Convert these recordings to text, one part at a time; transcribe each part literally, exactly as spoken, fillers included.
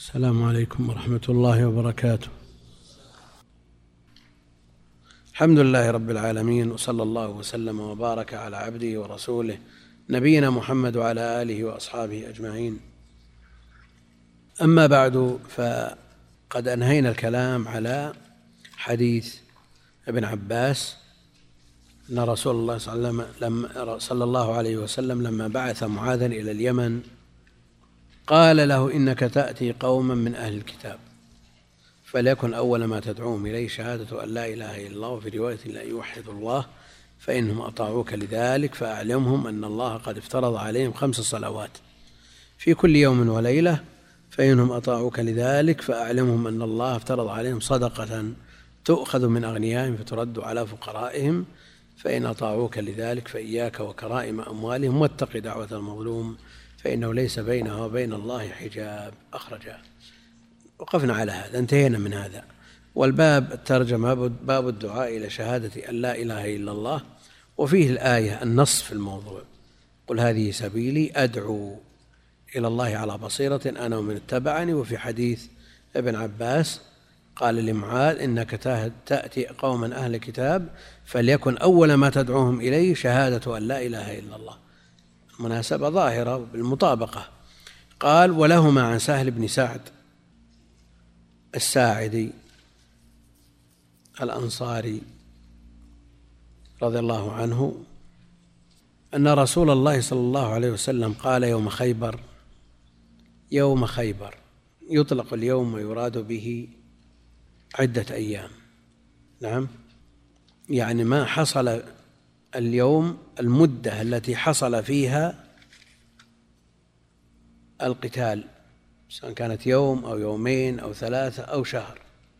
السلام عليكم ورحمة الله وبركاته. الحمد لله رب العالمين، وصلى الله وسلم وبارك على عبده ورسوله نبينا محمد وعلى آله وأصحابه أجمعين. أما بعد، فقد أنهينا الكلام على حديث ابن عباس أن رسول الله صلى الله عليه وسلم لما بعث معاذا إلى اليمن قال له: إنك تأتي قوما من أهل الكتاب فليكن أول ما تدعوهم إليه شهادة أن لا إله إلا الله، وفي رواية لا يوحد الله، فإنهم أطاعوك لذلك فأعلمهم أن الله قد افترض عليهم خمس صلوات في كل يوم وليلة، فإنهم أطاعوك لذلك فأعلمهم أن الله افترض عليهم صدقة تؤخذ من أغنيائهم فترد على فقرائهم، فإن أطاعوك لذلك فإياك وكرائم أموالهم واتق دعوة المظلوم فإنه ليس بينها وبين الله حجاب. أخرجه. وقفنا على هذا، انتهينا من هذا. والباب الترجمة باب الدعاء إلى شهادة أن لا إله إلا الله، وفيه الآية النص في الموضوع: قل هذه سبيلي أدعو إلى الله على بصيرة أنا ومن اتبعني. وفي حديث ابن عباس قال لمعاذ: إنك تأتي قوما أهل كتاب فليكن أول ما تدعوهم إليه شهادة أن لا إله إلا الله. مناسبة ظاهرة بالمطابقة. قال: ولهما عن سهل بن سعد الساعدي الأنصاري رضي الله عنه أن رسول الله صلى الله عليه وسلم قال يوم خيبر: يوم خيبر يطلق اليوم ويراد به عدة أيام. نعم، يعني ما حصل اليوم المدة التي حصل فيها القتال، سواء كانت يوم أو يومين أو ثلاثة أو شهر.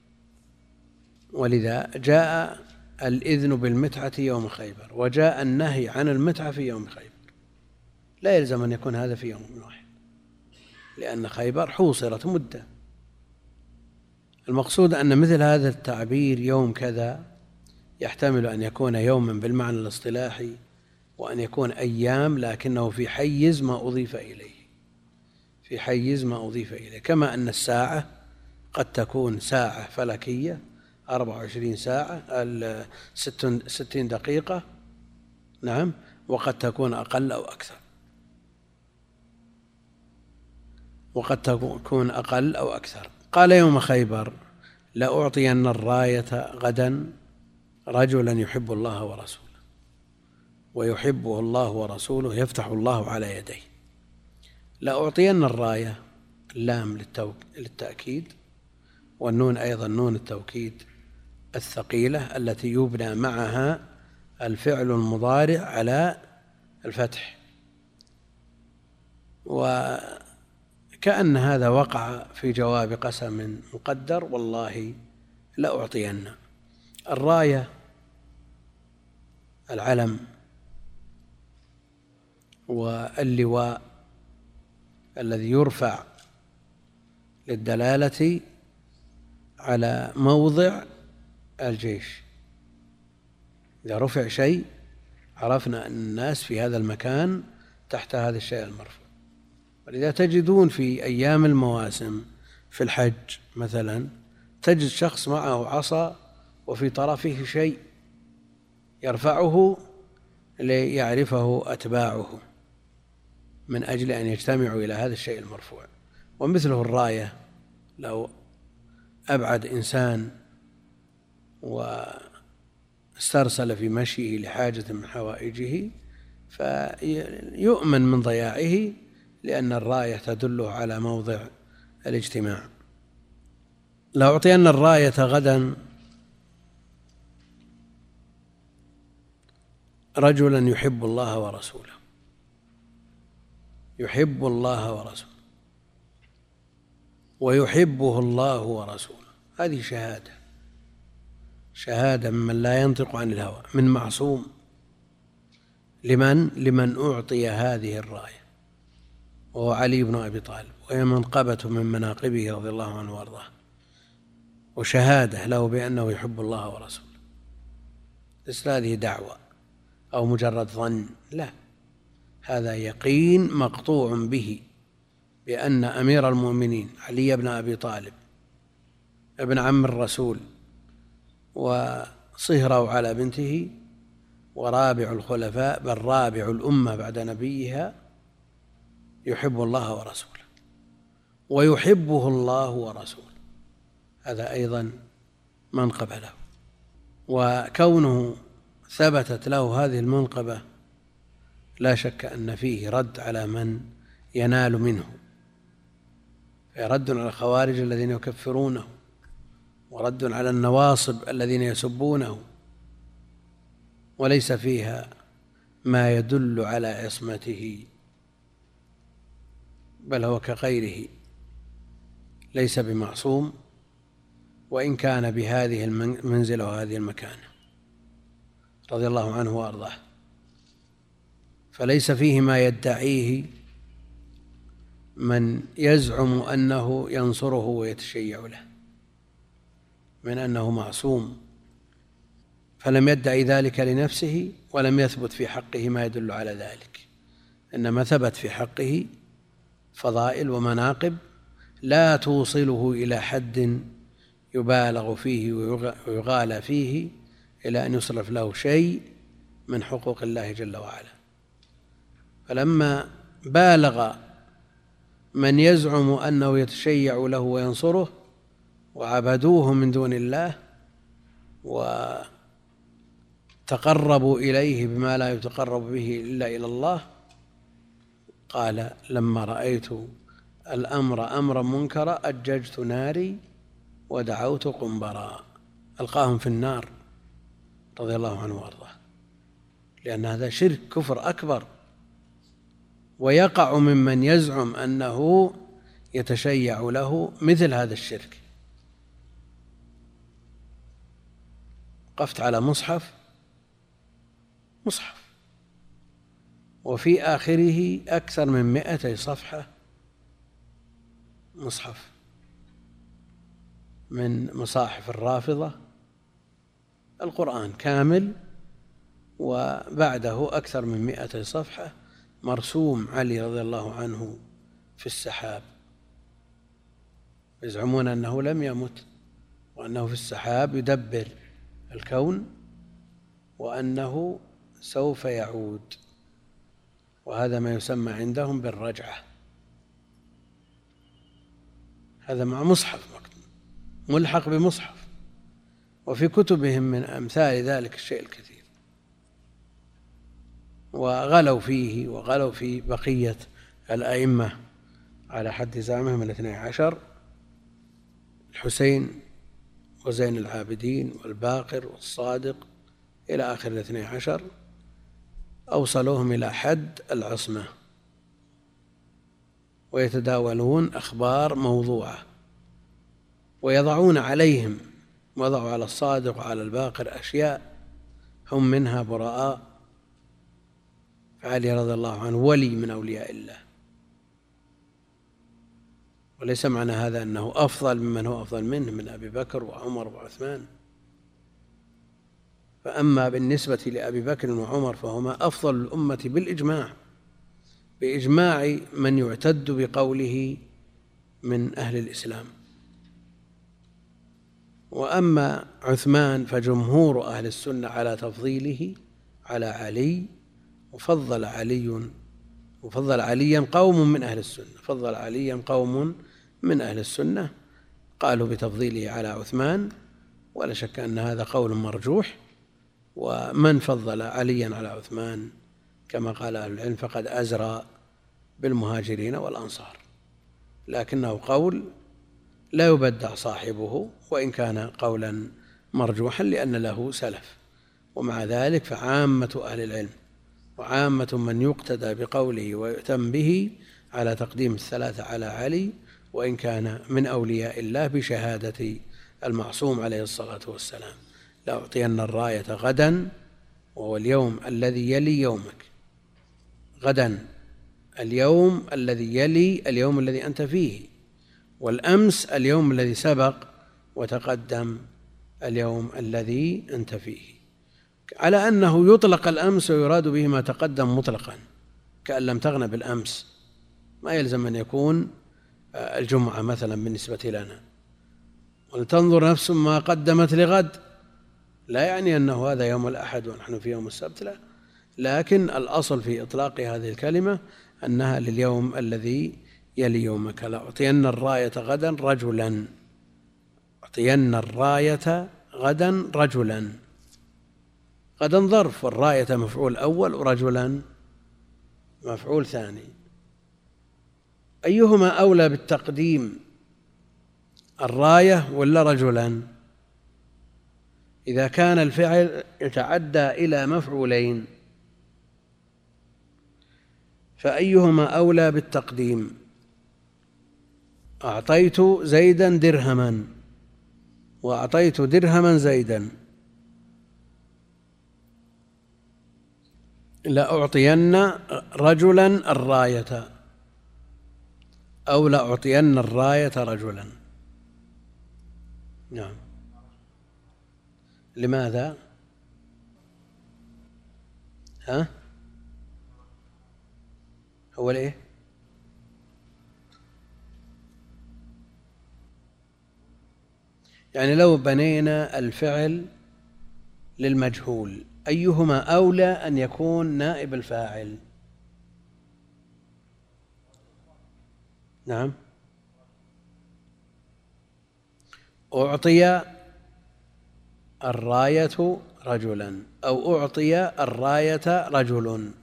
ولذا جاء الإذن بالمتعة يوم خيبر، وجاء النهي عن المتعة في يوم خيبر. لا يلزم أن يكون هذا في يوم واحد، لأن خيبر حوصرت مدة. المقصود أن مثل هذا التعبير يوم كذا يحتمل أن يكون يوما بالمعنى الاصطلاحي، وأن يكون أيام لكنه في حيز ما أضيف إليه في حيز ما أضيف إليه كما أن الساعة قد تكون ساعة فلكية أربع وعشرين ساعة ستين دقيقة، نعم، وقد تكون أقل أو أكثر وقد تكون أقل أو أكثر. قال يوم خيبر: لأعطين الراية غدا رجلا يحب الله ورسوله ويحبه الله ورسوله يفتح الله على يديه. لأعطين الراية، اللام للتأكيد، والنون أيضا نون التوكيد الثقيلة التي يبنى معها الفعل المضارع على الفتح، وكأن هذا وقع في جواب قسم مقدر: والله لأعطين. الراية العلم، واللواء الذي يرفع للدلالة على موضع الجيش. إذا رفع شيء عرفنا أن الناس في هذا المكان تحت هذا الشيء المرفوع. ولذا تجدون في أيام المواسم في الحج مثلا تجد شخص معه عصا وفي طرفه شيء يرفعه ليعرفه أتباعه من أجل أن يجتمعوا إلى هذا الشيء المرفوع. ومثله الراية، لو أبعد إنسان واسترسل في مشيه لحاجة من حوائجه فيؤمن من ضياعه، لأن الراية تدل على موضع الاجتماع. لأعطين الراية غدا رجلا يحب الله ورسوله يحب الله ورسوله ويحبه الله ورسوله. هذه شهادة شهادة ممن لا ينطق عن الهوى، من معصوم. لمن لمن أعطي هذه الراية، وهو علي بن أبي طالب، وهي منقبة من مناقبه رضي الله عنه وارضاه، وشهادة له بأنه يحب الله ورسوله. ليس هذه دعوة أو مجرد ظن، لا، هذا يقين مقطوع به بأن أمير المؤمنين علي بن أبي طالب ابن عم الرسول وصهره على بنته ورابع الخلفاء بل رابع الأمة بعد نبيها يحب الله ورسوله ويحبه الله ورسوله، هذا أيضا منقبة له. وكونه ثبتت له هذه المنقبة لا شك أن فيه رد على من ينال منه، رد على الخوارج الذين يكفرونه، ورد على النواصب الذين يسبونه، وليس فيها ما يدل على عصمته، بل هو كغيره ليس بمعصوم وإن كان بهذه المنزلة وهذه المكانة رضي الله عنه وأرضاه. فليس فيه ما يدعيه من يزعم أنه ينصره ويتشيع له من أنه معصوم، فلم يدعي ذلك لنفسه ولم يثبت في حقه ما يدل على ذلك، إنما ثبت في حقه فضائل ومناقب لا توصله إلى حد يبالغ فيه ويغالى فيه إلى أن يصرف له شيء من حقوق الله جل وعلا. فلما بالغ من يزعم أنه يتشيع له وينصره وعبدوه من دون الله وتقربوا إليه بما لا يتقرب به إلا إلى الله، قال لما رأيت الأمر أمرا منكرا أججت ناري ودعوت قنبرا، ألقاهم في النار رضي الله عنه وارضاه، لأن هذا شرك كفر أكبر، ويقع ممن يزعم أنه يتشيع له مثل هذا الشرك. وقفت على مصحف مصحف وفي آخره أكثر من مائتي صفحة مصحف من مصاحف الرافضة، القرآن كامل وبعده أكثر من مائتي صفحة مرسوم علي رضي الله عنه في السحاب، يزعمون أنه لم يمت وأنه في السحاب يدبر الكون وأنه سوف يعود، وهذا ما يسمى عندهم بالرجعة. هذا مع مصحف ملحق بمصحف، وفي كتبهم من أمثال ذلك الشيء الكثير، وغلوا فيه وغلوا في بقية الأئمة على حد زعمهم الاثني عشر، الحسين وزين العابدين والباقر والصادق إلى آخر الاثني عشر، أوصلوهم إلى حد العصمة، ويتداولون أخبار موضوعة ويضعون عليهم، وضعوا على الصادق وعلى الباقر أشياء هم منها براء. فعلي رضي الله عنه ولي من أولياء الله، وليس معنى هذا أنه أفضل ممن هو أفضل منه من أبي بكر وعمر وعثمان، فأما بالنسبة لأبي بكر وعمر فهما أفضل الأمة بالإجماع، بإجماع من يعتد بقوله من أهل الإسلام. وأما عثمان فجمهور أهل السنة على تفضيله على علي، وفضل علي وفضل عليا قوم من أهل السنة فضل عليا قوم من أهل السنة قالوا بتفضيله على عثمان، ولا شك أن هذا قول مرجوح. ومن فضل عليا على عثمان كما قال أهل العلم فقد أزرى بالمهاجرين والأنصار، لكنه قول لا يبدع صاحبه وإن كان قولا مرجوحا لأن له سلف. ومع ذلك فعامة أهل العلم وعامة من يقتدى بقوله ويؤتم به على تقديم الثلاثة على علي، وإن كان من أولياء الله بشهادة المعصوم عليه الصلاة والسلام: لأعطين الراية غدا وهو اليوم الذي يلي يومك، غدا اليوم الذي يلي اليوم الذي أنت فيه، والأمس اليوم الذي سبق وتقدم اليوم الذي أنت فيه، على أنه يطلق الأمس ويراد به ما تقدم مطلقا كأن لم تغن بالأمس، ما يلزم أن يكون الجمعة مثلا بالنسبة لنا، ولتنظر نفس ما قدمت لغد، لا يعني أنه هذا يوم الأحد ونحن في يوم السبت، لا، لكن الأصل في إطلاق هذه الكلمة أنها لليوم الذي يلي يومك. لأعطين الراية غدا رجلا، أعطين الراية غدا رجلا، غدا ظرف، والراية مفعول أول ورجلا مفعول ثاني. أيهما أولى بالتقديم، الراية ولا رجلا؟ إذا كان الفعل يتعدى إلى مفعولين فأيهما أولى بالتقديم؟ أعطيت زيدا درهما وأعطيت درهما زيدا، لأعطين رجلا الراية أو لأعطين الراية رجلا. نعم. لماذا؟ ها؟ هو ليه؟ يعني لو بنينا الفعل للمجهول أيهما أولى أن يكون نائب الفاعل؟ نعم. أعطي الراية رجلا أو أعطي الراية رجل.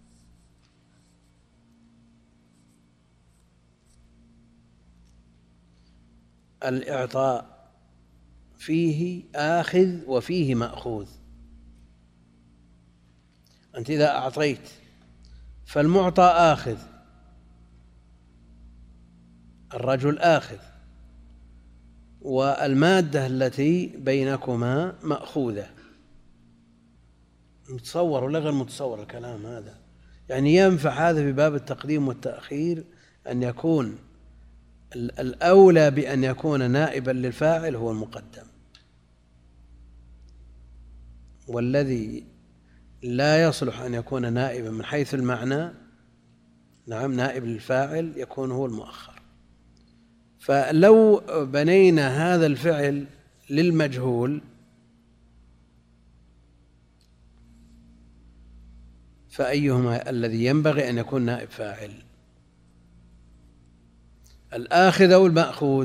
الإعطاء فيه آخذ وفيه مأخوذ. أنت إذا أعطيت فالمعطى آخذ، الرجل آخذ، والمادة التي بينكما مأخوذة. متصور ولا غير متصور الكلام هذا؟ يعني ينفع هذا في باب التقديم والتأخير أن يكون الأولى بأن يكون نائبا للفاعل هو المقدم، والذي لا يصلح أن يكون نائبا من حيث المعنى، نعم، نائب للفاعل يكون هو المؤخر. فلو بنينا هذا الفعل للمجهول فأيهما الذي ينبغي أن يكون نائب فاعل، الآخذ أو المأخوذ؟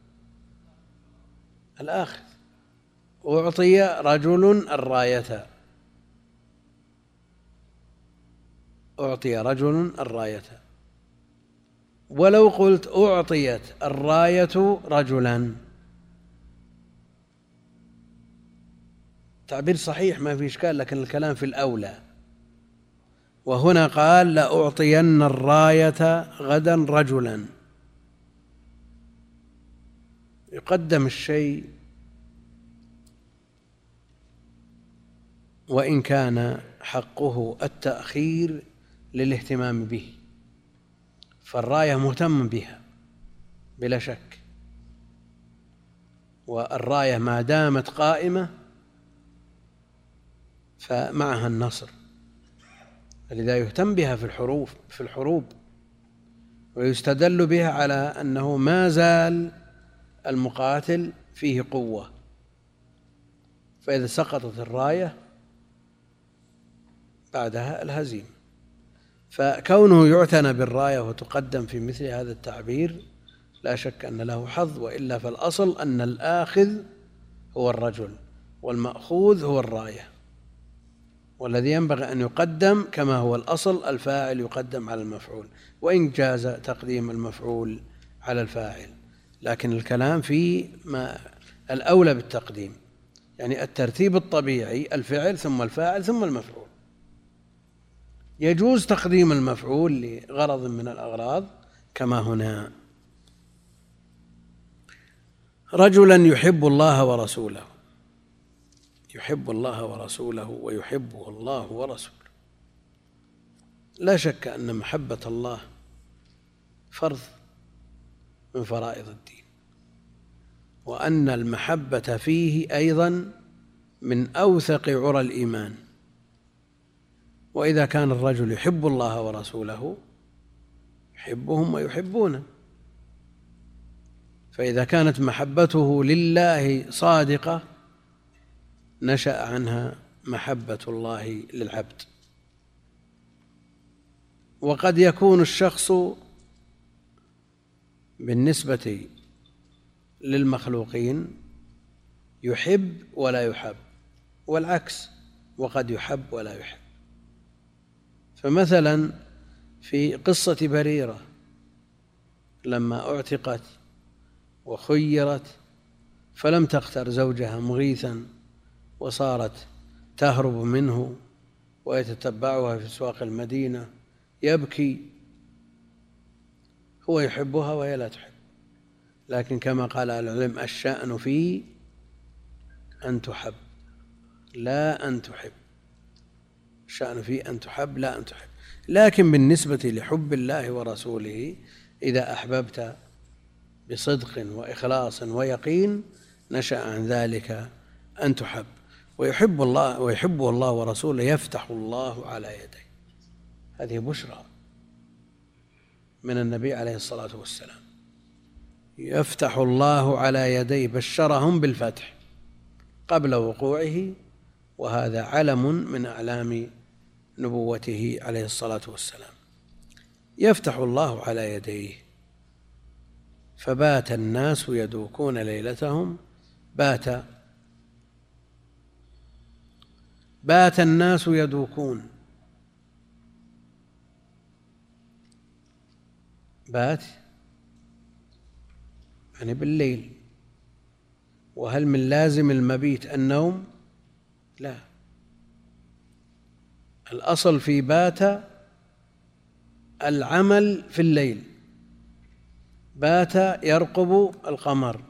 الآخذ. أعطي رجل الراية، أعطي رجل الراية. ولو قلت أعطيت الراية رجلا، تعبير صحيح ما في إشكال، لكن الكلام في الأولى. وهنا قال لأعطين الراية غدا رجلا، يقدم الشيء وإن كان حقه التأخير للاهتمام به، فالراية مهتم بها بلا شك، والراية ما دامت قائمة فمعها النصر، لذا يهتم بها في الحروب في الحروب ويستدل بها على أنه ما زال المقاتل فيه قوة، فإذا سقطت الراية بعدها الهزيمة. فكونه يعتنى بالراية وتقدم في مثل هذا التعبير لا شك أن له حظ، وإلا فالأصل أن الآخذ هو الرجل والمأخوذ هو الراية، والذي ينبغي أن يقدم كما هو الأصل الفاعل يقدم على المفعول، وإن جاز تقديم المفعول على الفاعل، لكن الكلام في ما الأولى بالتقديم، يعني الترتيب الطبيعي الفعل ثم الفاعل ثم المفعول. يجوز تقديم المفعول لغرض من الأغراض كما هنا. رجلا يحب الله ورسوله، يحب الله ورسوله ويحبه الله ورسوله. لا شك أن محبة الله فرض من فرائض الدين، وأن المحبة فيه أيضا من أوثق عرى الإيمان. وإذا كان الرجل يحب الله ورسوله يحبهم ويحبونه، فإذا كانت محبته لله صادقة نشأ عنها محبة الله للعبد. وقد يكون الشخص بالنسبة للمخلوقين يحب ولا يحب، والعكس، وقد يحب ولا يحب. فمثلا في قصة بريرة لما اعتقت وخيرت فلم تختر زوجها مغيثا وصارت تهرب منه ويتتبعها في أسواق المدينة يبكي، هو يحبها وهي لا تحب، لكن كما قال العلم الشأن في أن تحب لا أن تحب، الشأن في أن تحب لا أن تحب. لكن بالنسبة لحب الله ورسوله إذا أحببت بصدق وإخلاص ويقين نشأ عن ذلك أن تحب. ويحب الله ويحبه الله ورسوله يفتح الله على يديه، هذه بشرى من النبي عليه الصلاة والسلام، يفتح الله على يديه، بشرهم بالفتح قبل وقوعه، وهذا علم من أعلام نبوته عليه الصلاة والسلام. يفتح الله على يديه، فبات الناس يدوكون ليلتهم بات بات الناس يدوكون بات يعني بالليل. وهل من لازم المبيت النوم؟ لا، الأصل في بات العمل في الليل، بات يرقب القمر،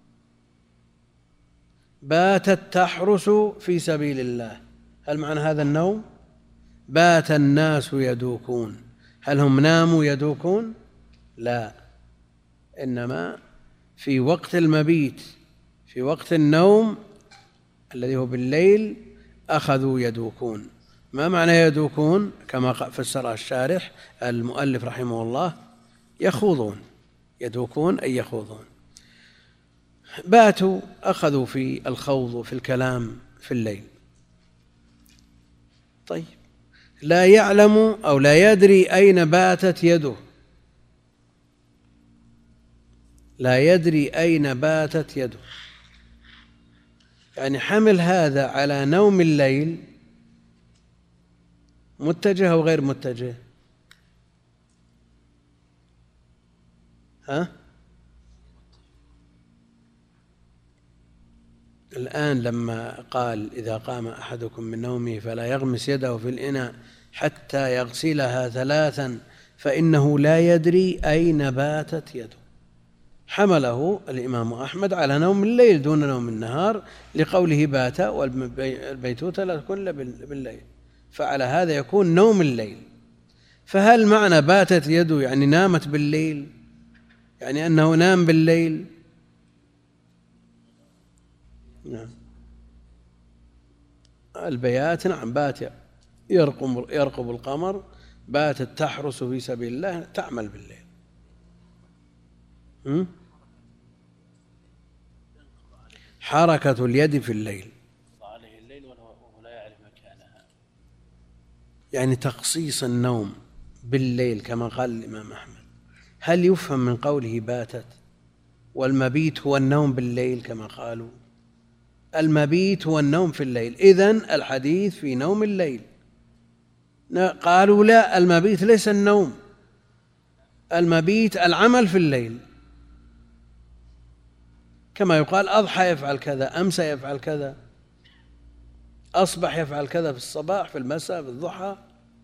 باتت تحرس في سبيل الله، هل معنى هذا النوم؟ بات الناس يدوكون، هل هم ناموا يدوكون؟ لا، إنما في وقت المبيت، في وقت النوم الذي هو بالليل أخذوا يدوكون. ما معنى يدوكون؟ كما فسر الشارح المؤلف رحمه الله، يخوضون، يدوكون أي يخوضون، باتوا أخذوا في الخوض وفي الكلام في الليل. طيب، لا يعلم أو لا يدري أين باتت يده، لا يدري أين باتت يده، يعني حمل هذا على نوم الليل متجه أو غير متجه؟ ها؟ الآن لما قال إذا قام أحدكم من نومه فلا يغمس يده في الإناء حتى يغسلها ثلاثا فإنه لا يدري أين باتت يده، حمله الإمام أحمد على نوم الليل دون نوم النهار، لقوله بات والبيتوتة لا تكون إلا بالليل، فعلى هذا يكون نوم الليل. فهل معنى باتت يده يعني نامت بالليل، يعني أنه نام بالليل؟ نعم، البيات نعم، بات يرقب, يرقب القمر، باتت تحرس في سبيل الله، تعمل بالليل. م? حركة اليد في الليل عليه الليل وهو لا يعرف مكانها، يعني تخصيص النوم بالليل كما قال الإمام أحمد. هل يفهم من قوله باتت والمبيت هو النوم بالليل كما قالوا؟ المبيت هو النوم في الليل، إذن الحديث في نوم الليل. قالوا لا، المبيت ليس النوم، المبيت العمل في الليل، كما يقال أضحى يفعل كذا، أمسى يفعل كذا، أصبح يفعل كذا في الصباح، في المساء، في الضحى.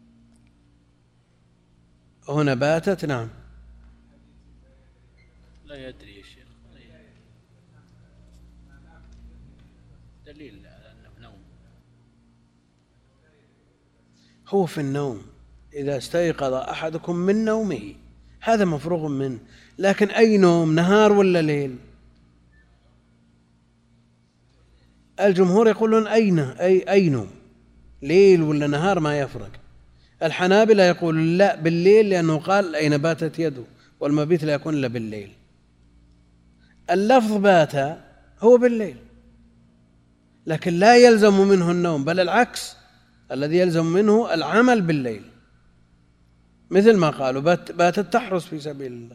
هنا باتت نعم، لا يدري يا شيخ، دليل على أنه نوم. هو في النوم، إذا استيقظ أحدكم من نومه هذا مفروغ منه، لكن أي نوم، نهار ولا ليل؟ الجمهور يقولون أين أي أي نوم، ليل ولا نهار ما يفرق. الحنابلة يقولون لا، بالليل، لأنه قال أين باتت يده، والمبيت لا يكون إلا بالليل. اللفظ بات هو بالليل، لكن لا يلزم منه النوم، بل العكس، الذي يلزم منه العمل بالليل، مثل ما قالوا بات باتت تحرس في سبيل الله.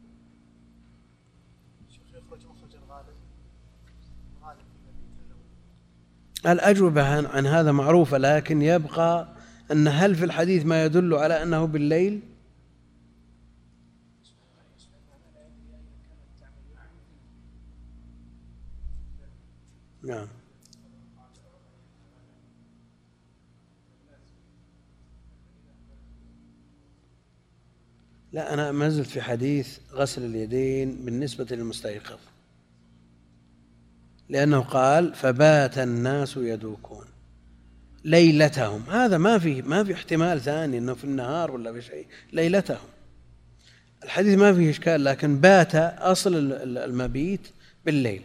الأجوبة عن هذا معروفة، لكن يبقى أن هل في الحديث ما يدل على أنه بالليل؟ نعم. لا، أنا ما زلت في حديث غسل اليدين بالنسبة للمستيقظ، لأنه قال فبات الناس يدوكون ليلتهم، هذا ما في ما في احتمال ثاني أنه في النهار ولا بشيء، ليلتهم. الحديث ما فيه إشكال، لكن بات أصل المبيت بالليل،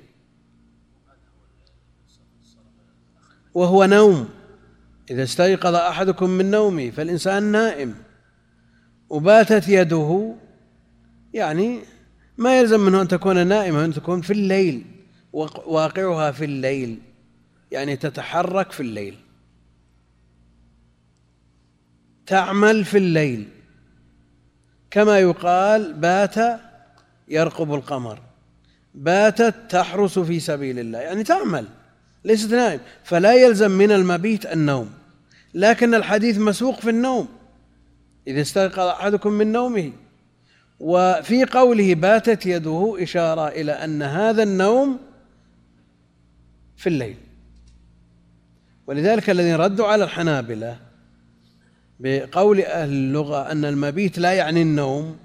وهو نوم. إذا استيقظ أحدكم من نومه فالإنسان نائم، وباتت يده، يعني ما يلزم منه أن تكون نائمة، أن تكون في الليل، واقعها في الليل، يعني تتحرك في الليل، تعمل في الليل، كما يقال بات يرقب القمر، باتت تحرس في سبيل الله، يعني تعمل ليست نائم، فلا يلزم من المبيت النوم، لكن الحديث مسوق في النوم، إذا استيقظ أحدكم من نومه. وفي قوله باتت يده إشارة إلى أن هذا النوم في الليل، ولذلك الذين ردوا على الحنابلة بقول أهل اللغة أن المبيت لا يعني النوم،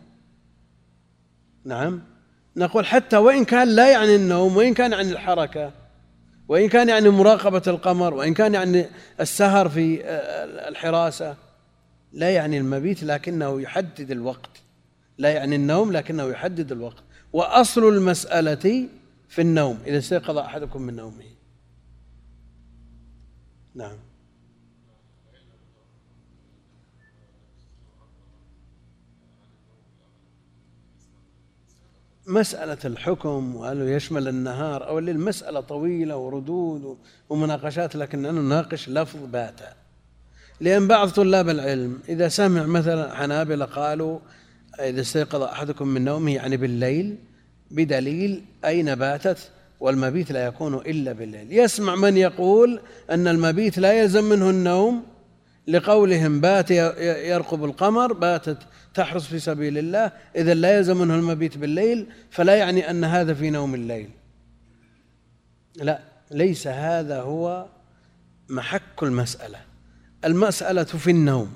نعم، نقول حتى وإن كان لا يعني النوم، وإن كان يعني الحركة، وإن كان يعني مراقبة القمر، وإن كان يعني السهر في الحراسة، لا يعني المبيت لكنه يحدد الوقت، لا يعني النوم لكنه يحدد الوقت. وأصل المسألة في النوم، إذا استيقظ أحدكم من نومه. نعم. مسألة الحكم وهل يشمل النهار أو الليل مسألة طويلة وردود ومناقشات، لكننا نناقش لفظ بات، لأن بعض طلاب العلم إذا سمع مثلا حنابلة قالوا إذا استيقظ أحدكم من نومه يعني بالليل، بدليل أين باتت، والمبيت لا يكون إلا بالليل. يسمع من يقول أن المبيت لا يلزم منه النوم، لقولهم بات يرقب القمر، باتت تحرس في سبيل الله، إذا لا يلزم منه المبيت بالليل، فلا يعني أن هذا في نوم الليل. لا، ليس هذا هو محك المسألة. المسألة في النوم،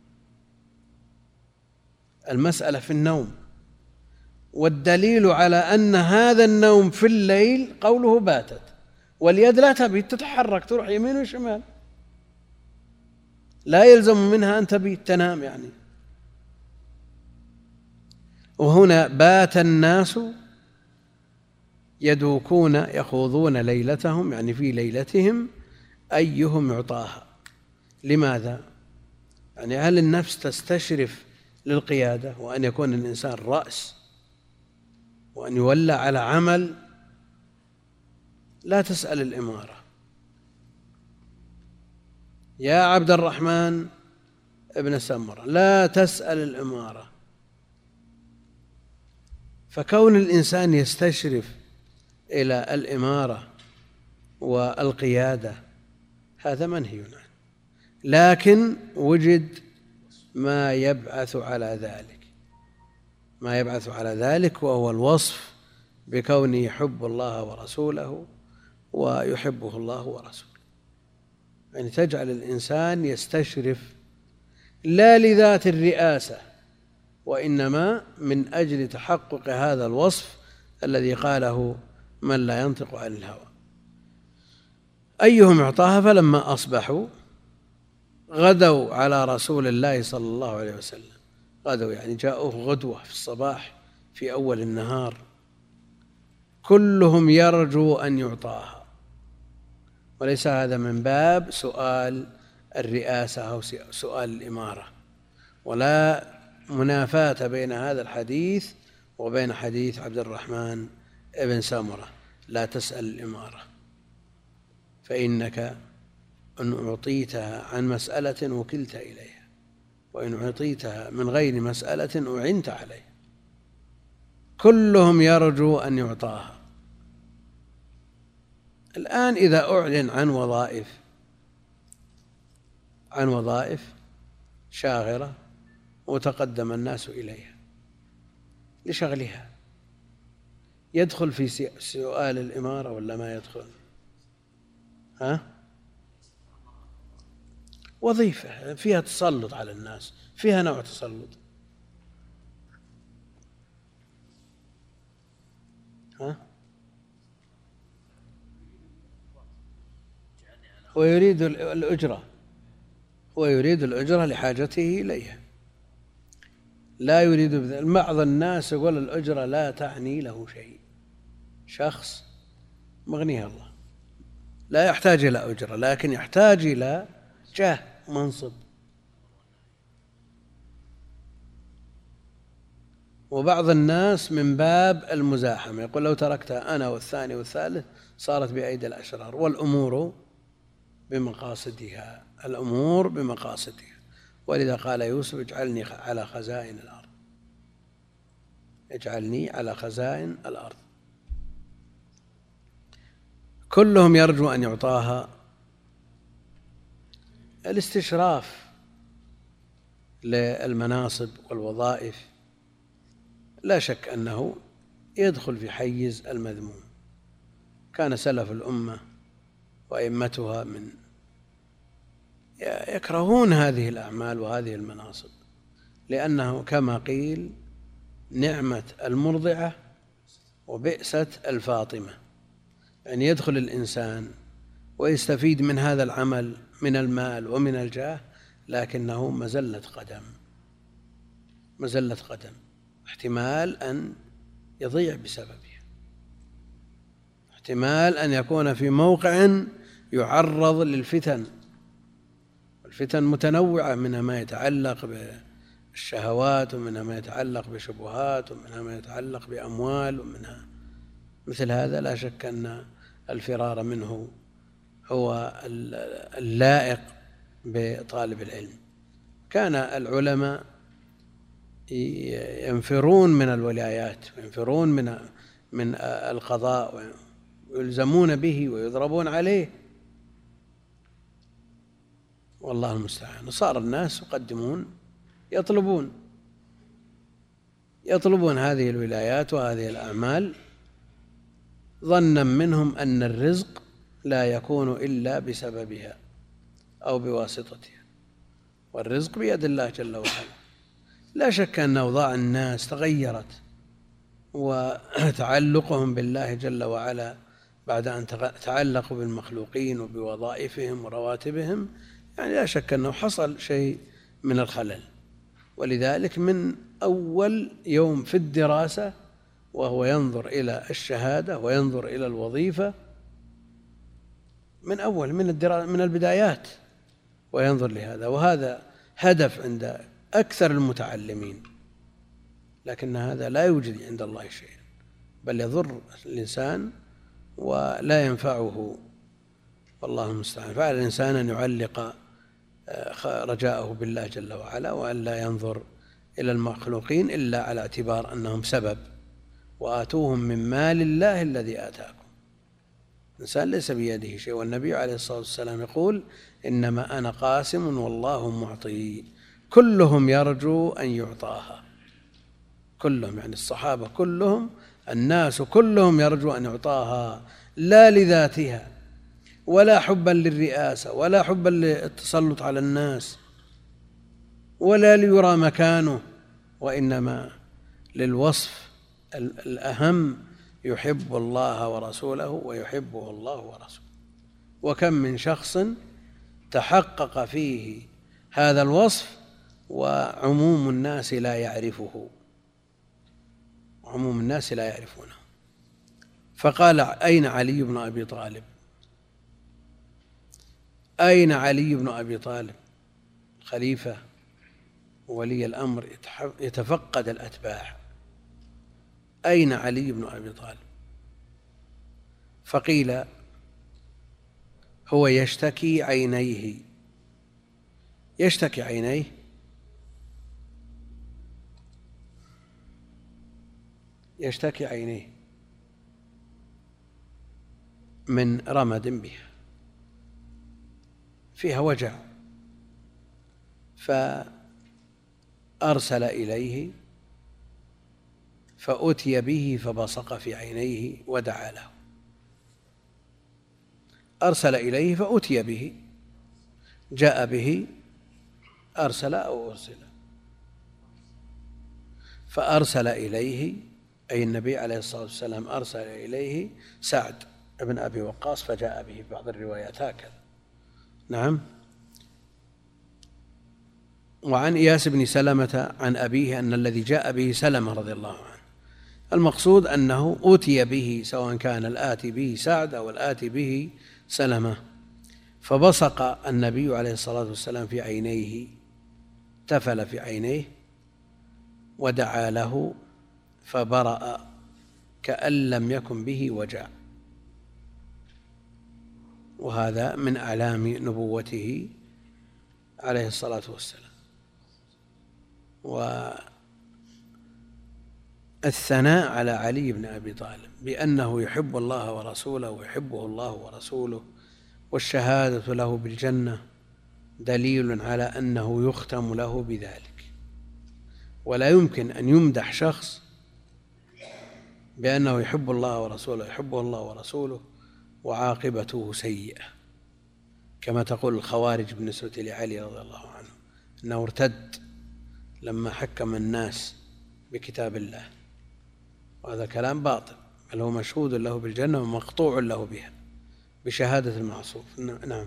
المسألة في النوم، والدليل على أن هذا النوم في الليل قوله باتت، واليد لا تبيت، تتحرك تروح يمين وشمال، لا يلزم منها أن تبيت تنام يعني. وهنا بات الناس يدوكون يخوضون ليلتهم، يعني في ليلتهم أيهم يعطاها. لماذا؟ يعني هل النفس تستشرف للقيادة وأن يكون الإنسان رأس وأن يولى على عمل؟ لا تسأل الإمارة يا عبد الرحمن ابن سمرة، لا تسأل الإمارة. فكون الإنسان يستشرف إلى الإمارة والقيادة هذا منهي عنه، لكن وجد ما يبعث على ذلك، ما يبعث على ذلك وهو الوصف بكونه يحب الله ورسوله ويحبه الله ورسوله، يعني تجعل الإنسان يستشرف لا لذات الرئاسة، وإنما من أجل تحقق هذا الوصف الذي قاله من لا ينطق عن الهوى. أيهم يعطاها، فلما أصبحوا غدوا على رسول الله صلى الله عليه وسلم، غدوا يعني جاءوه غدوة في الصباح في أول النهار، كلهم يرجو أن يعطاها، وليس هذا من باب سؤال الرئاسة أو سؤال الإمارة، ولا منافاة بين هذا الحديث وبين حديث عبد الرحمن ابن سمرة: لا تسأل الإمارة، فإنك إن أعطيتها عن مسألة وكلت إليها، وإن أعطيتها من غير مسألة أعنت عليها. كلهم يرجو أن يعطاها. الآن إذا أعلن عن وظائف عن وظائف شاغرة وتقدم الناس إليها لشغلها، يدخل في سؤال الإمارة ولا ما يدخل؟ ها؟ وظيفة فيها تسلط على الناس، فيها نوع تسلط. ها؟ هو يريد الأجرة، هو يريد الأجرة لحاجته إليها، لا يريد بذلك. بعض الناس يقول الأجرة لا تعني له شيء. شخص مغنيه الله لا يحتاج إلى أجرة، لكن يحتاج إلى جاه منصب. وبعض الناس من باب المزاحمة يقول لو تركتها أنا والثاني والثالث صارت بأيدي الأشرار. والأمور بمقاصدها، الأمور بمقاصدها. ولذا قال يوسف: اجعلني على خزائن الأرض، اجعلني على خزائن الأرض. كلهم يرجو أن يعطاها. الاستشراف للمناصب والوظائف لا شك أنه يدخل في حيز المذموم. كان سلف الأمة وأئمتها من يكرهون هذه الأعمال وهذه المناصب، لأنه كما قيل: نعمة المرضعة وبئسة الفاطمة. يعني يدخل الإنسان ويستفيد من هذا العمل من المال ومن الجاه، لكنه مزلة قدم، مزلة قدم، احتمال أن يضيع بسببها، احتمال أن يكون في موقع يعرض للفتن. الفتن متنوعة، منها ما يتعلق بالشهوات، ومنها ما يتعلق بشبهات، ومنها ما يتعلق بأموال، ومنها مثل هذا. لا شك أن الفرار منه هو اللائق بطالب العلم. كان العلماء ينفرون من الولايات وينفرون من من القضاء ويلزمون به ويضربون عليه، والله المستعان. صار الناس يقدمون يطلبون يطلبون هذه الولايات وهذه الأعمال ظنا منهم أن الرزق لا يكون إلا بسببها أو بواسطتها، والرزق بيد الله جل وعلا. لا شك أن أوضاع الناس تغيرت، وتعلقهم بالله جل وعلا بعد أن تعلقوا بالمخلوقين وبوظائفهم ورواتبهم، يعني لا شك أنه حصل شيء من الخلل. ولذلك من أول يوم في الدراسة وهو ينظر إلى الشهادة وينظر إلى الوظيفة، من أول من الدراسة من البدايات وينظر لهذا، وهذا هدف عند أكثر المتعلمين، لكن هذا لا يوجد عند الله شيء، بل يضر الإنسان ولا ينفعه، والله المستعان. فعلى الإنسان أن يعلق رجاءه بالله جل وعلا، وأن لا ينظر إلى المخلوقين إلا على اعتبار أنهم سبب. وآتوهم من مال الله الذي آتاكم. الإنسان ليس بيده شيء، والنبي عليه الصلاة والسلام يقول: إنما أنا قاسم والله معطي. كلهم يرجو أن يعطاها، كلهم يعني الصحابة كلهم، الناس كلهم يرجو أن يعطاها، لا لذاتها ولا حبا للرئاسة ولا حبا للتسلط على الناس ولا ليرى مكانه، وإنما للوصف الأهم: يحب الله ورسوله ويحبه الله ورسوله. وكم من شخص تحقق فيه هذا الوصف وعموم الناس لا يعرفه، عموم الناس لا يعرفونه. فقال: أين علي بن أبي طالب؟ أين علي بن أبي طالب خليفة ولي الأمر يتفقد الأتباع؟ أين علي بن أبي طالب؟ فقيل هو يشتكي عينيه. يشتكي عينيه يشتكي عينيه من رمد بها فيها وجع، فأرسل إليه فأتي به فبصق في عينيه ودعا له. أرسل إليه فأتي به، جاء به، أرسل أو أرسل، فأرسل إليه أي النبي عليه الصلاة والسلام أرسل إليه سعد بن أبي وقاص فجاء به، في بعض الروايات هكذا. نعم. وعن إياس بن سلمة عن أبيه أن الذي جاء به سلمة رضي الله عنه. المقصود أنه أوتي به، سواء كان الآتي به سعد أو الآتي به سلمة، فبصق النبي عليه الصلاة والسلام في عينيه، تفل في عينيه ودعا له فبرأ كأن لم يكن به وجع. وهذا من أعلام نبوته عليه الصلاة والسلام. والثناء على علي بن أبي طالب بأنه يحب الله ورسوله ويحبه الله ورسوله، والشهادة له بالجنة دليل على أنه يختم له بذلك. ولا يمكن أن يمدح شخص بأنه يحب الله ورسوله يحبه الله ورسوله وعاقبته سيئة، كما تقول الخوارج بالنسبة لعلي رضي الله عنه أنه ارتد لما حكم الناس بكتاب الله، وهذا كلام باطل، بل هو مشهود له بالجنة ومقطوع له بها بشهادة المعصوم. نعم.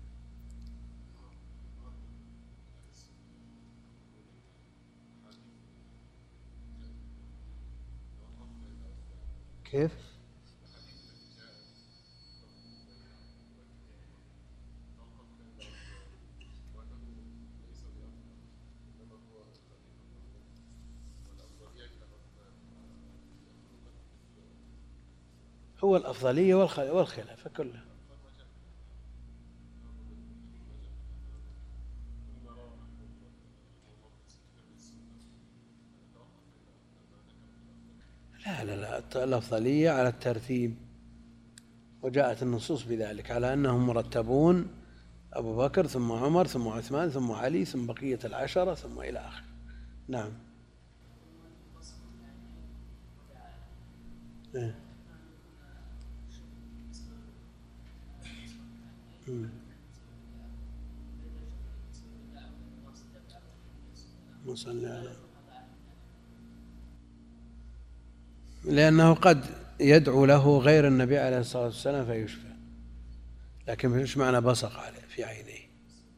كيف؟ هو الأفضلية والخلافة كلها. لا لا لا الأفضلية على الترتيب، وجاءت النصوص بذلك على أنهم مرتبون: أبو بكر ثم عمر ثم عثمان ثم علي ثم بقية العشرة ثم إلى آخر. نعم. إيه. صلى على لأنه قد يدعو له غير النبي عليه الصلاة والسلام فيشفى، لكن مش معنى بصق عليه في عينيه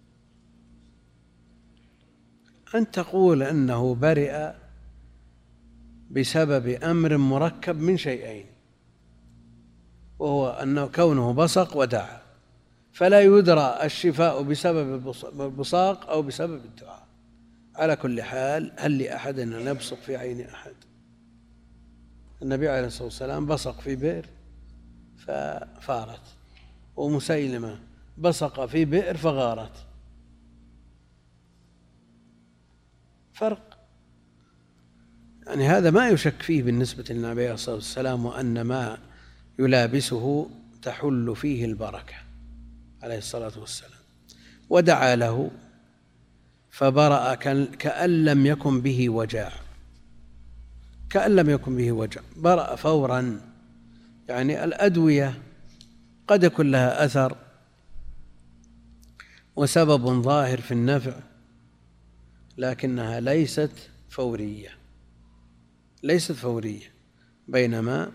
أن تقول أنه برئ بسبب أمر مركب من شيئين، وهو أنه كونه بصق ودعا، فلا يدرى الشفاء بسبب البصاق أو بسبب الدعاء. على كل حال، هل لأحد أن يبصق في عين أحد؟ النبي عليه الصلاة والسلام بصق في بئر ففارت، ومسيلمة بصق في بئر فغارت، فرق. يعني هذا ما يشك فيه بالنسبة للنبي عليه الصلاة والسلام، وأن ما يلابسه تحل فيه البركة عليه الصلاة والسلام. ودعا له فبرأ كأن لم يكن به وجع، كأن لم يكن به وجع، برأ فورا. يعني الأدوية قد يكون لها أثر وسبب ظاهر في النفع، لكنها ليست فورية، ليست فورية، بينما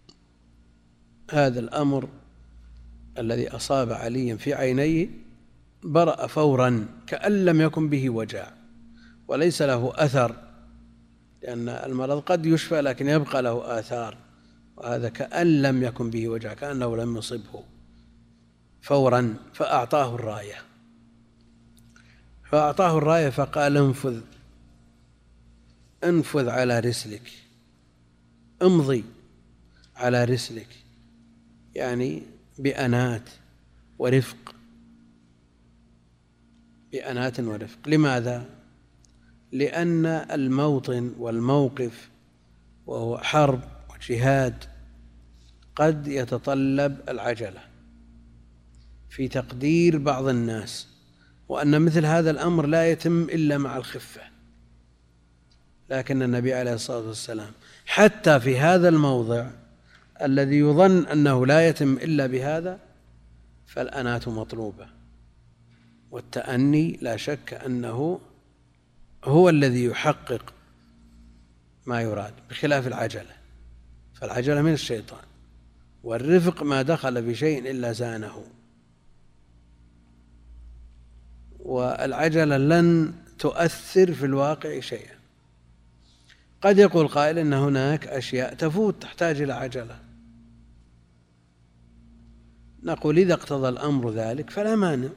هذا الأمر الذي أصاب عليا في عينيه برأ فورا كأن لم يكن به وجع وليس له أثر، لأن المرض قد يشفى لكن يبقى له آثار، وهذا كأن لم يكن به وجع، كأنه لم يصبه فورا. فأعطاه الراية فأعطاه الراية فقال: انفذ انفذ على رسلك، امضي على رسلك، يعني بأنات ورفق، بأنات ورفق. لماذا؟ لأن الموطن والموقف وهو حرب وجهاد قد يتطلب العجلة في تقدير بعض الناس، وأن مثل هذا الأمر لا يتم إلا مع الخفة. لكن النبي عليه الصلاة والسلام حتى في هذا الموضع الذي يظن أنه لا يتم إلا بهذا فالأنات مطلوبة، والتأني لا شك أنه هو الذي يحقق ما يراد، بخلاف العجلة، فالعجلة من الشيطان، والرفق ما دخل في شيء إلا زانه. والعجلة لن تؤثر في الواقع شيئا. قد يقول قائل إن هناك أشياء تفوت تحتاج إلى عجلة، نقول إذا اقتضى الأمر ذلك فلا مانع،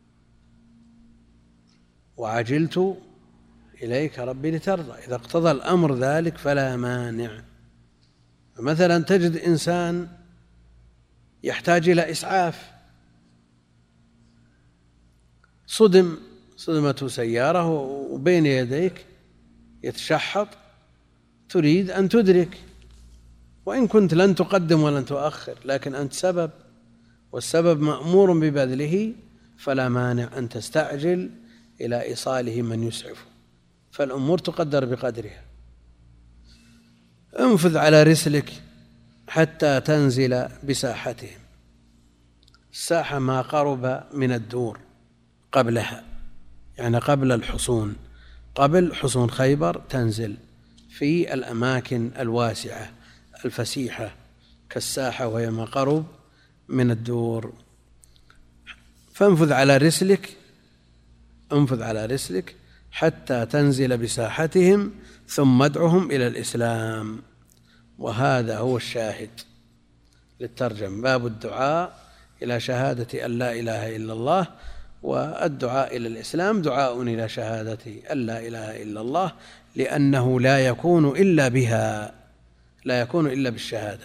وعجلت إليك ربي لترضى، إذا اقتضى الأمر ذلك فلا مانع. مثلا تجد إنسان يحتاج إلى إسعاف، صدم صدمته سيارة وبين يديك يتشحط، تريد أن تدرك، وإن كنت لن تقدم ولن تؤخر، لكن أنت سبب، والسبب مأمور ببذله، فلا مانع أن تستعجل إلى إيصاله من يسعفه، فالأمور تقدر بقدرها. انفذ على رسلك حتى تنزل بساحتهم. الساحة ما قرب من الدور قبلها، يعني قبل الحصون، قبل حصون خيبر تنزل في الأماكن الواسعة الفسيحة كالساحة، وهي ما قرب من الدور. فانفذ على رسلك، انفذ على رسلك حتى تنزل بساحتهم ثم ادعهم إلى الإسلام. وهذا هو الشاهد للترجمة، باب الدعاء إلى شهادة أن لا إله إلا الله، والدعاء إلى الإسلام دعاء إلى شهادة أن لا إله إلا الله، لأنه لا يكون إلا بها، لا يكون إلا بالشهادة.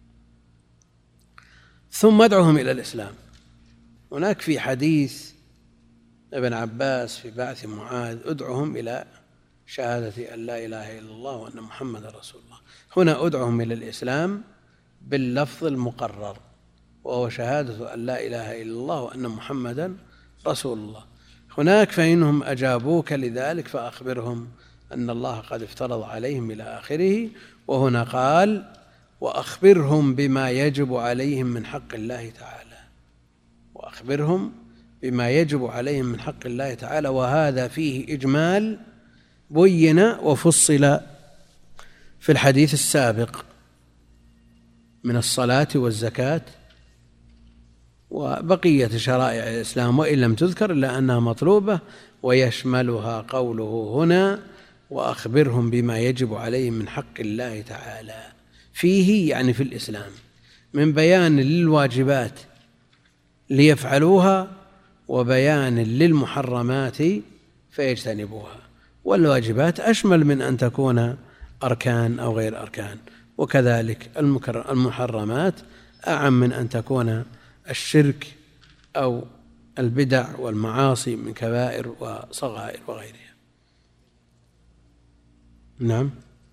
ثم ادعهم إلى الإسلام. هناك في حديث ابن عباس في بعث معاذ ادعهم إلى شهادة أن لا إله إلا الله وأن محمد رسول الله. هنا ادعهم إلى الإسلام باللفظ المقرر، وهو شهادة أن لا إله إلا الله وأن محمدا رسول الله. هناك فإنهم أجابوك لذلك فأخبرهم أن الله قد افترض عليهم إلى آخره. وهنا قال وأخبرهم بما يجب عليهم من حق الله تعالى، وأخبرهم بما يجب عليهم من حق الله تعالى. وهذا فيه إجمال بين وفصل في الحديث السابق من الصلاة والزكاة وبقية شرائع الإسلام، وإن لم تذكر إلا أنها مطلوبة، ويشملها قوله هنا وأخبرهم بما يجب عليهم من حق الله تعالى. فيه يعني في الإسلام من بيان للواجبات ليفعلوها، وبيان للمحرمات فيجتنبوها. والواجبات أشمل من أن تكون أركان أو غير أركان، وكذلك المحرمات أعم من أن تكون الشرك أو البدع والمعاصي من كبائر وصغائر وغيرها. نعم،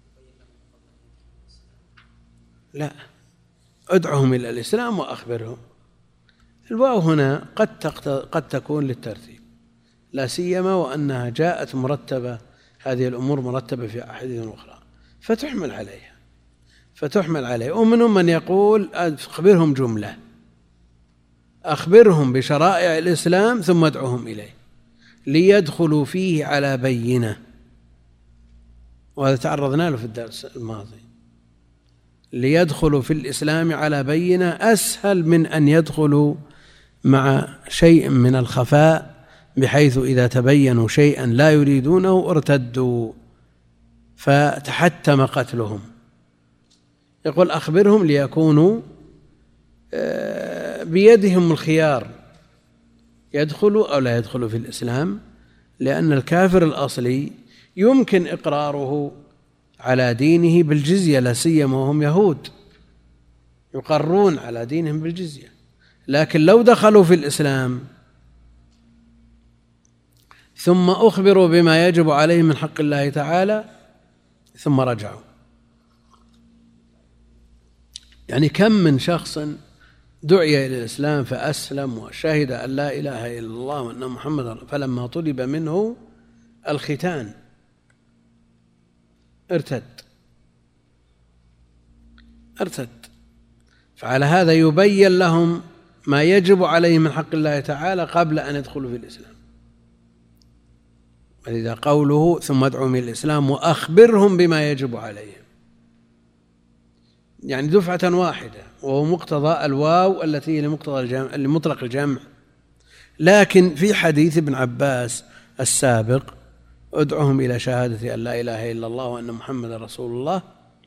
لا، ادعهم إلى الإسلام وأخبرهم. الواو هنا قد قد تكون للترتيب، لا سيما وأنها جاءت مرتبة، هذه الأمور مرتبة في أحاديث أخرى، فتحمل عليها فتحمل عليها. ومنهم من يقول أخبرهم جملة، أخبرهم بشرائع الإسلام ثم ادعوهم إليه ليدخلوا فيه على بينة، وهذا تعرضنا له في الدرس الماضي. ليدخلوا في الإسلام على بينة أسهل من أن يدخلوا مع شيء من الخفاء، بحيث إذا تبينوا شيئا لا يريدونه ارتدوا فتحتم قتلهم. يقول أخبرهم ليكونوا بيدهم الخيار، يدخلوا أو لا يدخلوا في الإسلام، لأن الكافر الأصلي يمكن إقراره على دينه بالجزية، لا سيما وهم يهود، يقرون على دينهم بالجزية. لكن لو دخلوا في الإسلام ثم أخبروا بما يجب عليهم من حق الله تعالى ثم رجعوا، يعني كم من شخص دعي إلى الإسلام فأسلم وشهد أن لا إله إلا الله وأن محمد، فلما طلب منه الختان ارتد ارتد فعلى هذا يبين لهم ما يجب عليهم من حق الله تعالى قبل أن يدخلوا في الإسلام. ولذا قوله ثم ادعوهم إلى الإسلام وأخبرهم بما يجب عليهم، يعني دفعة واحدة، وهو مقتضى الواو التي لمقتضى الجمع لمطلق الجمع. لكن في حديث ابن عباس السابق ادعوهم إلى شهادة أن لا إله إلا الله وأن محمد رسول الله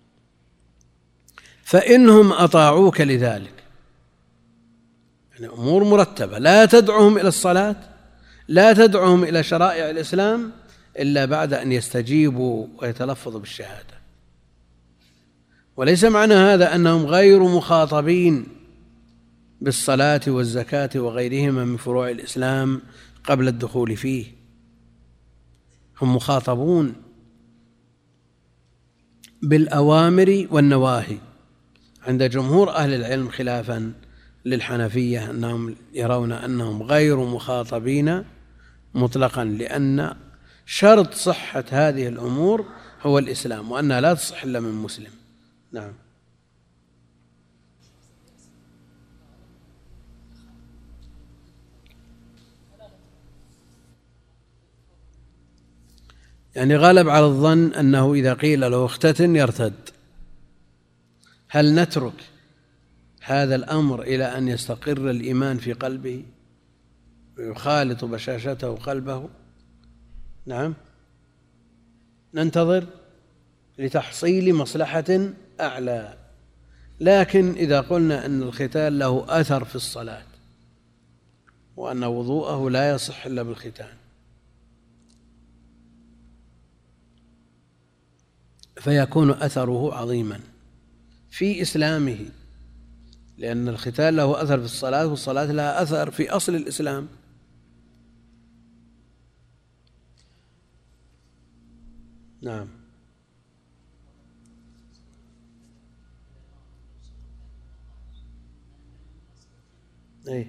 فإنهم أطاعوك لذلك، يعني أمور مرتبة. لا تدعوهم إلى الصلاة، لا تدعوهم إلى شرائع الإسلام إلا بعد أن يستجيبوا ويتلفظوا بالشهادة. وليس معنى هذا أنهم غير مخاطبين بالصلاة والزكاة وغيرهما من فروع الإسلام قبل الدخول فيه، هم مخاطبون بالأوامر والنواهي عند جمهور أهل العلم، خلافا للحنفية أنهم يرون أنهم غير مخاطبين مطلقا، لأن شرط صحة هذه الأمور هو الإسلام، وأنها لا تصح إلا من مسلم. نعم. يعني غالب على الظن أنه إذا قيل له اختتن يرتد. هل نترك هذا الأمر إلى أن يستقر الإيمان في قلبه ويخالط بشاشته قلبه؟ نعم، ننتظر لتحصيل مصلحة أعلى. لكن إذا قلنا أن الختان له أثر في الصلاة وأن وضوءه لا يصح إلا بالختان، فيكون أثره عظيما في إسلامه، لأن الختان له أثر في الصلاة والصلاة لها أثر في أصل الإسلام. نعم. أي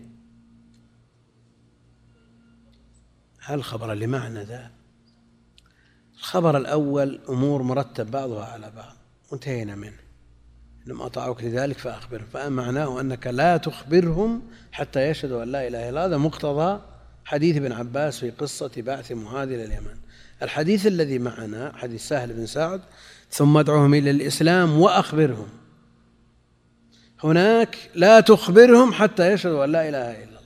هل الخبر اللي معنا ذا؟ الخبر الأول أمور مرتب بعضها على بعض وانتهينا منه، لم أطاعوك لذلك فأخبرهم، فمعناه أنك لا تخبرهم حتى يشهدوا أن لا إله إلا الله. هذا مقتضى حديث ابن عباس في قصة بعث معاذ إلى اليمن. الحديث الذي معنا حديث سهل بن سعد ثم ادعوهم إلى الإسلام وأخبرهم، هناك لا تخبرهم حتى يشهدوا أن لا إله إلا الله.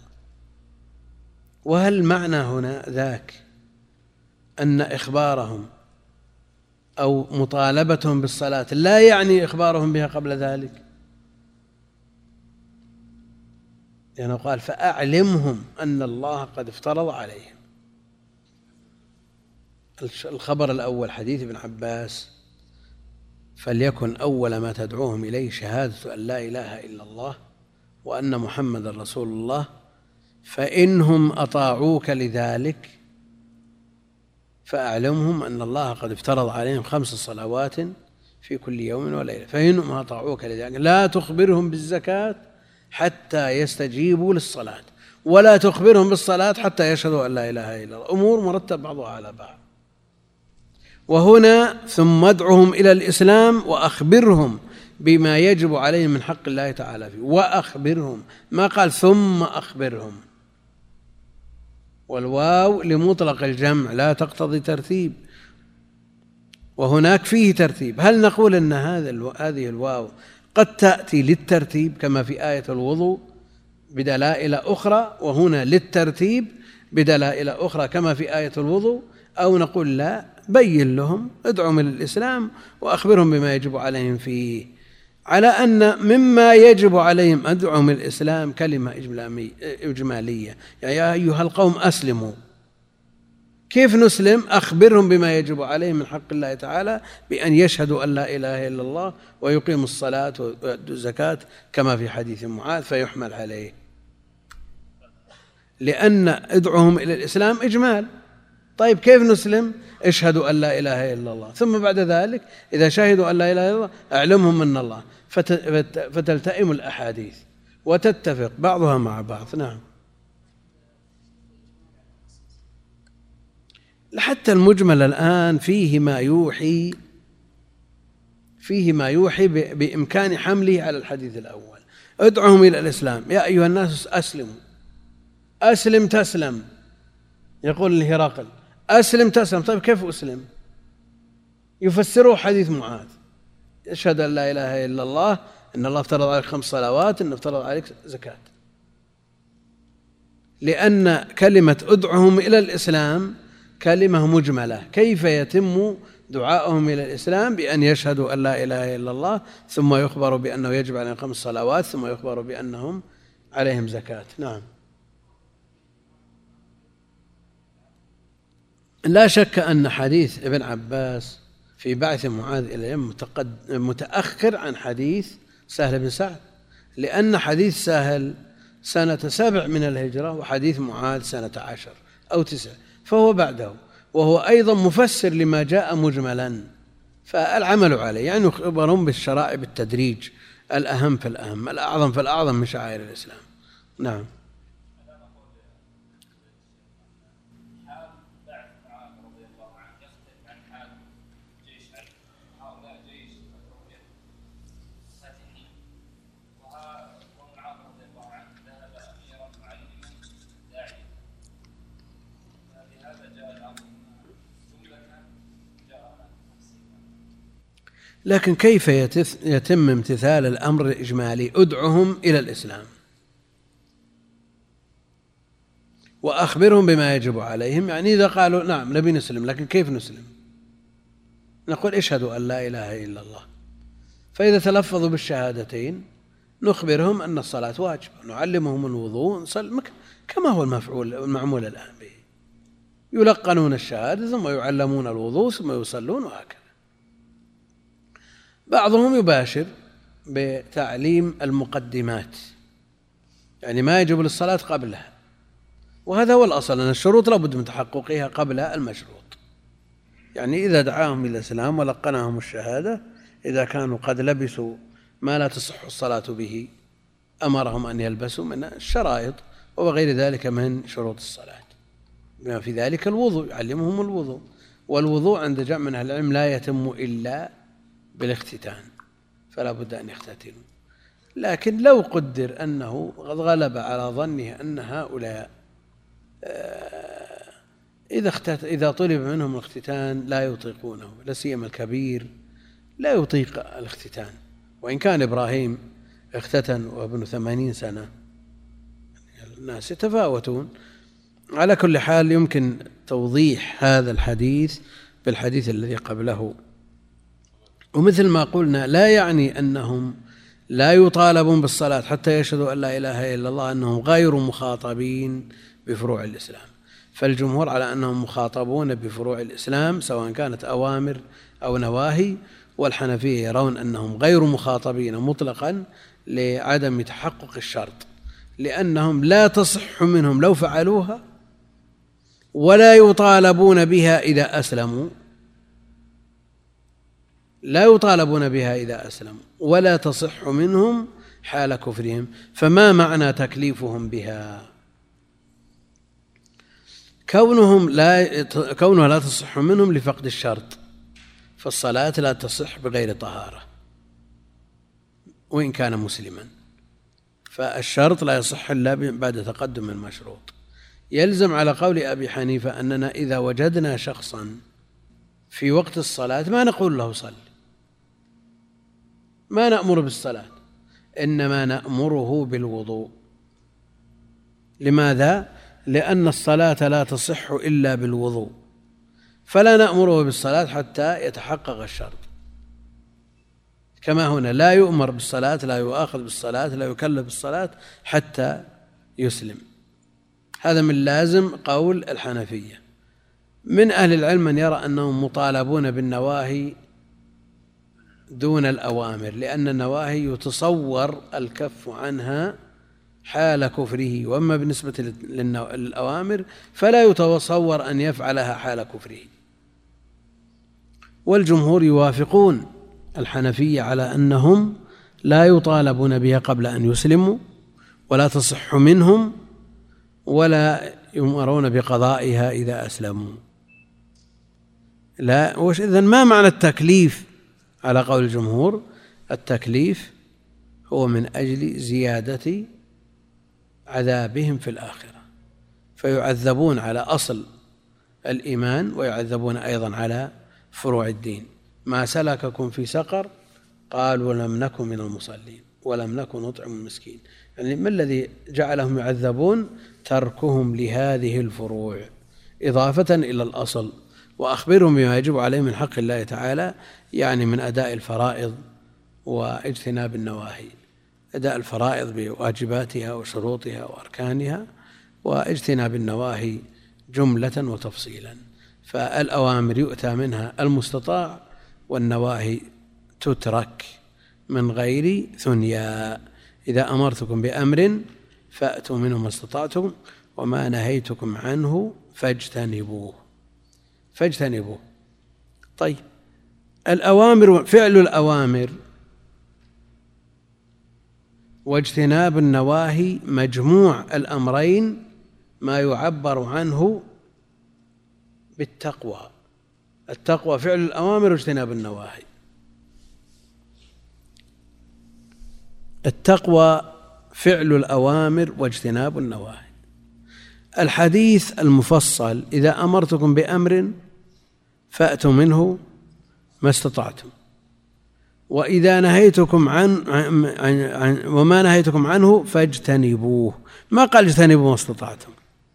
وهل معنى هنا ذاك أن إخبارهم أو مطالبتهم بالصلاة لا يعني إخبارهم بها قبل ذلك؟ لأنه قال فأعلمهم أن الله قد افترض عليهم. الخبر الأول حديث ابن عباس فليكن أول ما تدعوهم إليه شهادة أن لا إله إلا الله وأن محمد رسول الله، فإنهم أطاعوك لذلك فأعلمهم أن الله قد افترض عليهم خمس صلوات في كل يوم وليلة، فإنهم أطاعوك لذلك. لا تخبرهم بالزكاة حتى يستجيبوا للصلاة، ولا تخبرهم بالصلاة حتى يشهدوا أن لا إله إلا الله. أمور مرتب بعضها على بعض. وهنا ثم ادعهم إلى الإسلام وأخبرهم بما يجب عليهم من حق الله تعالى فيه، وأخبرهم، ما قال ثم أخبرهم. والواو لمطلق الجمع لا تقتضي ترتيب، وهناك فيه ترتيب. هل نقول أن هذا هذه الواو قد تأتي للترتيب كما في آية الوضوء بدلائل أخرى، وهنا للترتيب بدلائل أخرى كما في آية الوضوء، أو نقول لا، بين لهم ادعهم إلى الإسلام وأخبرهم بما يجب عليهم فيه، على أن مما يجب عليهم ادعهم إلى الإسلام كلمة إجمالية، يعني يا أيها القوم أسلموا، كيف نسلم؟ أخبرهم بما يجب عليهم من حق الله تعالى بأن يشهدوا أن لا إله إلا الله ويقيموا الصلاة ويؤدوا الزكاة كما في حديث معاذ، فيحمل عليه، لأن ادعوهم إلى الإسلام إجمال. طيب كيف نسلم؟ اشهدوا أن لا إله إلا الله، ثم بعد ذلك إذا شهدوا أن لا إله إلا الله أعلمهم من الله، فتلتئم الأحاديث وتتفق بعضها مع بعض. نعم. حتى المجمل الآن فيه ما يوحي فيه ما يوحي بإمكان حمله على الحديث الأول. ادعوهم إلى الإسلام، يا أيها الناس أسلموا، أسلم تسلم، يقول لهرقل أسلم تسلم. طيب كيف أسلم؟ يفسره حديث معاذ، يشهد أن لا إله إلا الله، إن الله افترض عليك خمس صلوات، إن افترض عليك زكاة. لأن كلمة ادعهم إلى الإسلام كلمة مجملة، كيف يتم دعاءهم إلى الإسلام؟ بأن يشهدوا أن لا إله إلا الله، ثم يخبروا بأنه يجب عليهم خمس صلوات، ثم يخبروا بأنهم عليهم زكاة. نعم. لا شك أن حديث ابن عباس في بعث معاذ إلى اليمن متأخر عن حديث سهل بن سعد، لأن حديث سهل سنة سبع من الهجرة وحديث معاذ سنة عشر أو تسع، فهو بعده، وهو أيضا مفسر لما جاء مجملا، فالعمل عليه يعني يخبرهم بالشرائع بالتدريج، الأهم فالأهم، الأعظم فالأعظم من شعائر الإسلام. نعم. لكن كيف يتم امتثال الأمر الإجمالي؟ ادعهم إلى الإسلام وأخبرهم بما يجب عليهم. يعني إذا قالوا نعم نبي نسلم، لكن كيف نسلم؟ نقول اشهدوا أن لا إله إلا الله، فإذا تلفظوا بالشهادتين نخبرهم أن الصلاة واجبة، نعلمهم الوضوء، نصلي كما هو المفعول المعمول الآن به، يلقنون الشهادة ثم يعلمون الوضوء ثم يصلون، وهكذا. بعضهم يباشر بتعليم المقدمات، يعني ما يجب للصلاة قبلها، وهذا هو الأصل، أن الشروط لابد من تحققها قبل المشروط. يعني إذا دعاهم إلى الإسلام ولقنهم الشهادة، إذا كانوا قد لبسوا ما لا تصح الصلاة به أمرهم أن يلبسوا من الشرائط وغير ذلك من شروط الصلاة، بما في ذلك الوضوء، يعلمهم الوضوء، والوضوء عند جمع من أهل العلم لا يتم إلا بالاختتان، فلا بد أن يختتنوا. لكن لو قدر أنه قد غلب على ظنه أن هؤلاء إذا إذا طلب منهم الاختتان لا يطيقونه، لا سيما الكبير لا يطيق الاختتان، وإن كان إبراهيم اختتن وابن ثمانين سنة، الناس يتفاوتون. على كل حال يمكن توضيح هذا الحديث بالحديث الذي قبله. ومثل ما قلنا لا يعني أنهم لا يطالبون بالصلاة حتى يشهدوا أن لا إله إلا الله أنهم غير مخاطبين بفروع الإسلام، فالجمهور على أنهم مخاطبون بفروع الإسلام سواء كانت أوامر أو نواهي، والحنفية يرون أنهم غير مخاطبين مطلقا لعدم تحقق الشرط، لأنهم لا تصح منهم لو فعلوها، ولا يطالبون بها إذا أسلموا، لا يطالبون بها إذا أسلموا، ولا تصح منهم حال كفرهم. فما معنى تكليفهم بها؟ كونهم لا كونها لا تصح منهم لفقد الشرط، فالصلاة لا تصح بغير طهارة وإن كان مسلما، فالشرط لا يصح إلا بعد تقدم المشروط. يلزم على قول أبي حنيفة أننا إذا وجدنا شخصا في وقت الصلاة ما نقول له صل، ما نأمر بالصلاة، إنما نأمره بالوضوء. لماذا؟ لأن الصلاة لا تصح إلا بالوضوء، فلا نأمره بالصلاة حتى يتحقق الشرط. كما هنا لا يؤمر بالصلاة، لا يؤاخذ بالصلاة، لا يكلف بالصلاة حتى يسلم. هذا من لازم قول الحنفية. من أهل العلم من يرى أنهم مطالبون بالنواهي دون الأوامر، لأن النواهي يتصور الكف عنها حال كفره، وأما بالنسبة للأوامر فلا يتصور أن يفعلها حال كفره. والجمهور يوافقون الحنفية على أنهم لا يطالبون بها قبل أن يسلموا، ولا تصح منهم، ولا يؤمرون بقضائها إذا أسلموا. لا، إذن ما معنى التكليف على قول الجمهور؟ التكليف هو من أجل زيادة عذابهم في الآخرة، فيعذبون على أصل الإيمان ويعذبون أيضا على فروع الدين. ما سلككم في سقر؟ قالوا لم نكن من المصلين ولم نكن نطعم المسكين. يعني ما الذي جعلهم يعذبون؟ تركهم لهذه الفروع إضافة إلى الأصل. وأخبرهم بما يجب عليهم من حق الله تعالى، يعني من أداء الفرائض واجتناب النواهي، أداء الفرائض بواجباتها وشروطها وأركانها، واجتناب النواهي جملة وتفصيلا. فالأوامر يؤتى منها المستطاع، والنواهي تترك من غير ثنيا. إذا أمرتكم بأمر فأتوا منه ما استطعتم، وما نهيتكم عنه فاجتنبوه فاجتنبوه طيب، الأوامر، فعل الأوامر واجتناب النواهي، مجموع الأمرين ما يعبر عنه بالتقوى. التقوى فعل الأوامر واجتناب النواهي. التقوى فعل الأوامر واجتناب النواهي. الحديث المفصل: إذا أمرتكم بأمر فأتوا منه ما استطعتم، وإذا نهيتكم عن, عن, عن وما نهيتكم عنه فاجتنبوه. ما قال اجتنبوا ما استطعتم،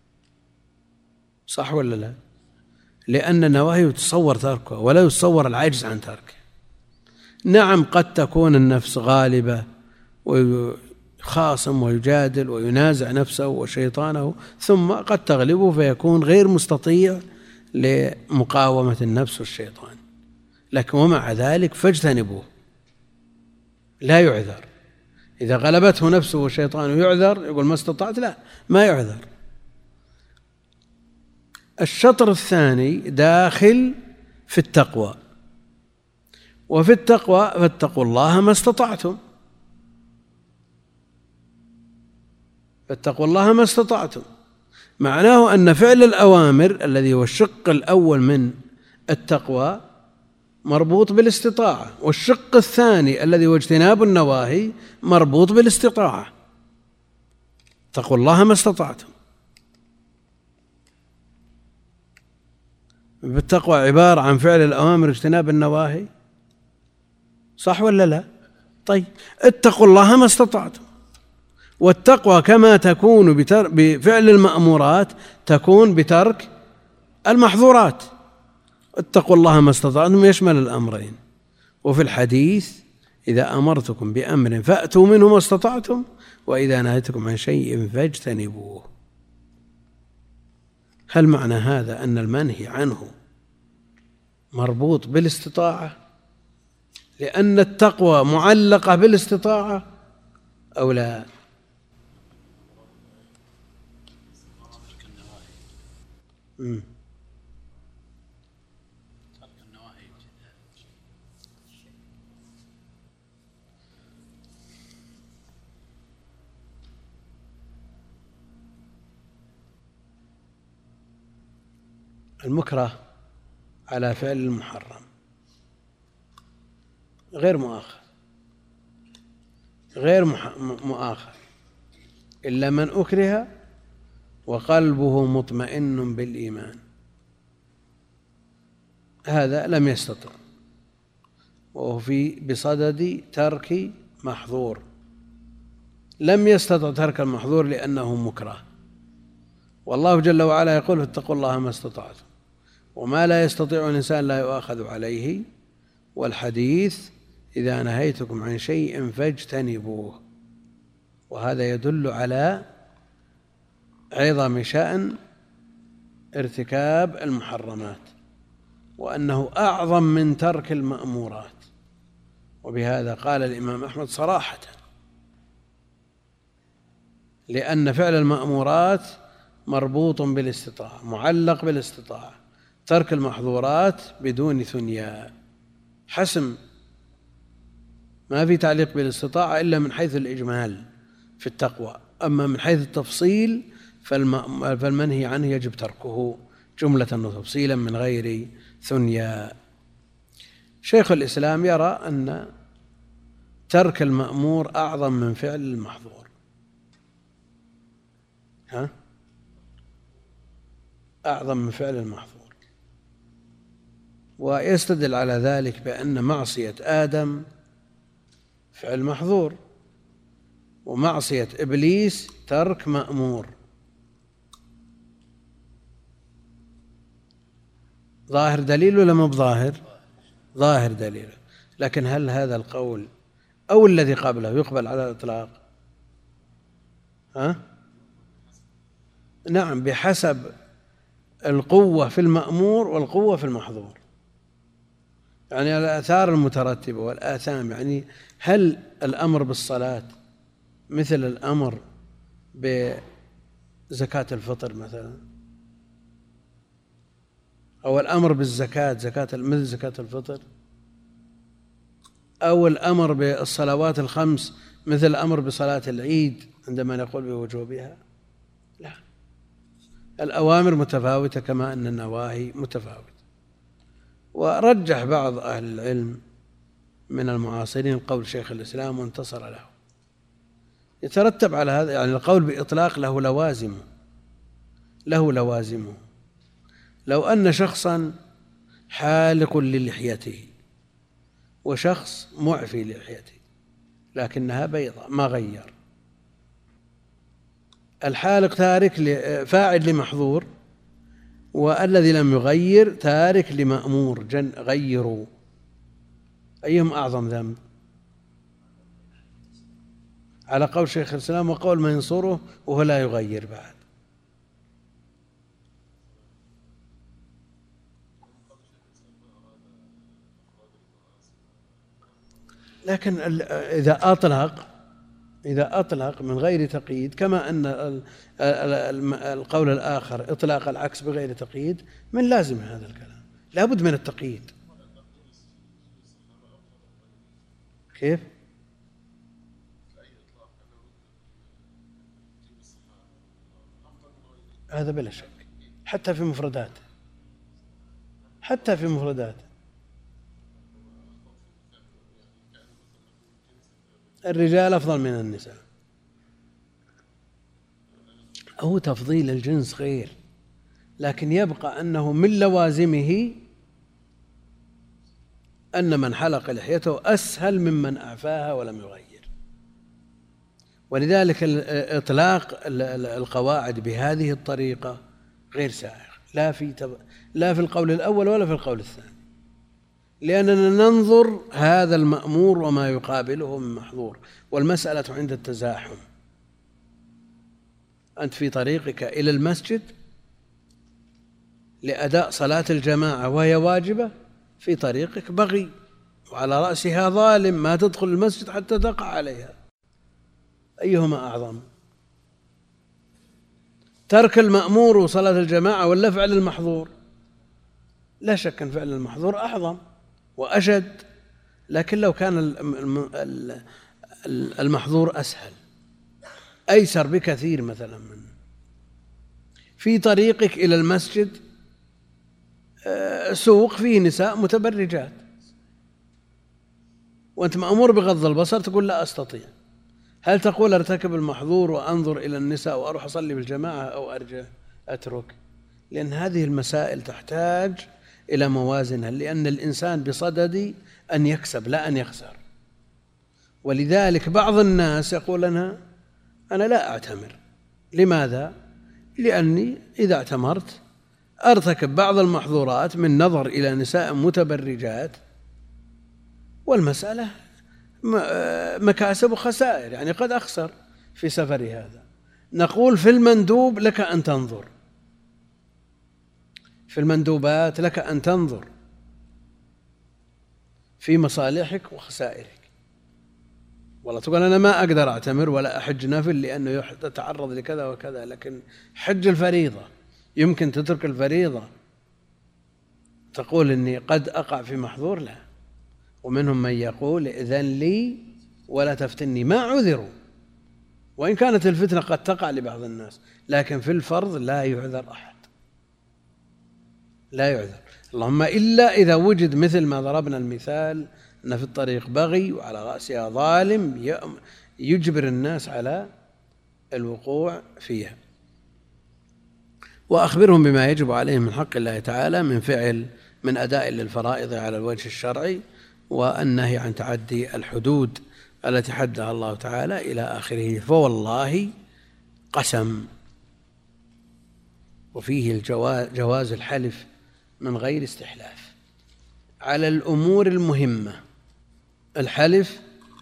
صح ولا لا؟ لأن النواهي يتصور تركها ولا يتصور العجز عن تركه. نعم، قد تكون النفس غالبة ويخاصم ويجادل وينازع نفسه وشيطانه، ثم قد تغلبه فيكون غير مستطيع لمقاومة النفس والشيطان، لكن ومع ذلك فاجتنبوه، لا يعذر. إذا غلبته نفسه وشيطانه يعذر، يقول ما استطعت، لا، ما يعذر. الشطر الثاني داخل في التقوى، وفي التقوى فاتقوا الله ما استطعتم، فاتقوا الله ما استطعتم، معناه أن فعل الأوامر الذي هو الشق الأول من التقوى مربوط بالاستطاعة، والشق الثاني الذي هو اجتناب النواهي مربوط بالاستطاعة. اتقوا الله ما استطعتم. بالتقوى عبارة عن فعل الأوامر واجتناب النواهي، صح ولا لا؟ طيب، اتقوا الله ما استطعتم. والتقوى كما تكون بفعل المأمورات تكون بترك المحظورات. اتقوا الله ما استطعتم يشمل الأمرين. وفي الحديث: إذا أمرتكم بأمر فأتوا منه ما استطعتم، وإذا نهيتكم عن شيء فاجتنبوه. هل معنى هذا أن المنهي عنه مربوط بالاستطاعة لأن التقوى معلقة بالاستطاعة أو لا؟ مم. المكره على فعل المحرم غير مؤاخذ غير مؤاخذ إلا من أكره وقلبه مطمئن بالإيمان، هذا لم يستطع، وهو في بصدد ترك محظور. لم يستطع ترك المحظور لأنه مكره، والله جل وعلا يقول: اتقوا الله ما استطعتم، وما لا يستطيع الإنسان لا يؤاخذ عليه. والحديث: إذا نهيتكم عن شيء فاجتنبوه. وهذا يدل على عظم شأن ارتكاب المحرمات، وأنه أعظم من ترك المأمورات. وبهذا قال الإمام أحمد صراحة، لأن فعل المأمورات مربوط بالاستطاعة، معلق بالاستطاعة، ترك المحظورات بدون ثنيا حسم، ما في تعليق بالاستطاعة إلا من حيث الإجمال في التقوى، أما من حيث التفصيل فالمنهي عنه يجب تركه جملة وتفصيلا من غير ثنيا. شيخ الإسلام يرى أن ترك المأمور أعظم من فعل المحظور. ها؟ أعظم من فعل المحظور، ويستدل على ذلك بأن معصية آدم فعل محظور، ومعصية إبليس ترك مأمور. ظاهر دليل ولا مو بظاهر؟ ظاهر دليل. لكن هل هذا القول أو الذي قبله يقبل على الإطلاق؟ ها؟ نعم، بحسب القوة في المأمور والقوة في المحظور، يعني الآثار المترتبة والآثام. يعني هل الأمر بالصلاة مثل الأمر بزكاة الفطر مثلا، أو الأمر بالزكاة زكاة مثل زكاة الفطر، أو الأمر بالصلوات الخمس مثل الأمر بصلاة العيد عندما نقول بوجوبها؟ لا، الأوامر متفاوتة كما أن النواهي متفاوتة. ورجح بعض أهل العلم من المعاصرين قول شيخ الإسلام وانتصر له. يترتب على هذا يعني القول بإطلاق له لوازمه له لوازمه لو أن شخصا حالق للحيته وشخص معفي للحيته لكنها بيضاء ما غير، الحالق تارك فاعل لمحظور، والذي لم يغير تارك لمأمور جن غيروا، أيهم أعظم ذنب؟ على قول شيخ الإسلام وقول من ينصره وهو لا يغير بعد. لكن إذا أطلق إذا أطلق من غير تقييد، كما أن القول الآخر إطلاق العكس بغير تقييد، من لازم هذا الكلام لا بد من التقييد. كيف؟ هذا بلا شك، حتى في مفرداته حتى في مفرداته الرجال أفضل من النساء، هو تفضيل الجنس غير، لكن يبقى أنه من لوازمه أن من حلق لحيته أسهل ممن أعفاها ولم يغير. ولذلك إطلاق القواعد بهذه الطريقة غير سائغ، لا في تب... لا في القول الأول ولا في القول الثاني، لأننا ننظر هذا المأمور وما يقابله من محظور، والمسألة عند التزاحم. أنت في طريقك إلى المسجد لأداء صلاة الجماعة وهي واجبة، في طريقك بغي وعلى رأسها ظالم ما تدخل المسجد حتى تقع عليها، أيهما أعظم؟ ترك المأمور وصلاة الجماعة ولا فعل المحظور؟ لا شك أن فعل المحظور أعظم وأشد، لكن لو كان المحظور أسهل أيسر بكثير، مثلا من في طريقك إلى المسجد سوق فيه نساء متبرجات وأنت مأمور بغض البصر، تقول لا أستطيع، هل تقول ارتكب المحظور وأنظر إلى النساء وأروح أصلي بالجماعة أو أرجع أترك؟ لأن هذه المسائل تحتاج إلى موازنة، لأن الإنسان بصدد أن يكسب لا أن يخسر. ولذلك بعض الناس يقول أنا أنا لا أعتمر. لماذا؟ لأني إذا اعتمرت أرتكب بعض المحظورات من نظر إلى نساء متبرجات، والمسألة مكاسب وخسائر، يعني قد أخسر في سفري هذا. نقول في المندوب لك أن تنظر، في المندوبات لك أن تنظر في مصالحك وخسائرك. والله تقول أنا ما أقدر أعتمر ولا أحج نفل لأنه يتعرض لكذا وكذا، لكن حج الفريضة يمكن تترك الفريضة تقول إني قد أقع في محظور. لا، ومنهم من يقول إذن لي ولا تفتني، ما عذروا، وإن كانت الفتنة قد تقع لبعض الناس، لكن في الفرض لا يعذر أحد، لا يعذر، اللهم إلا إذا وجد مثل ما ضربنا المثال أن في الطريق بغي وعلى رأسها ظالم يجبر الناس على الوقوع فيها. وأخبرهم بما يجب عليهم من حق الله تعالى من فعل من أداء للفرائض على الوجه الشرعي، والنهي عن تعدي الحدود التي حدها الله تعالى إلى آخره. فوالله قسم، وفيه الجواز جواز الحلف من غير استحلاف على الأمور المهمة، الحلف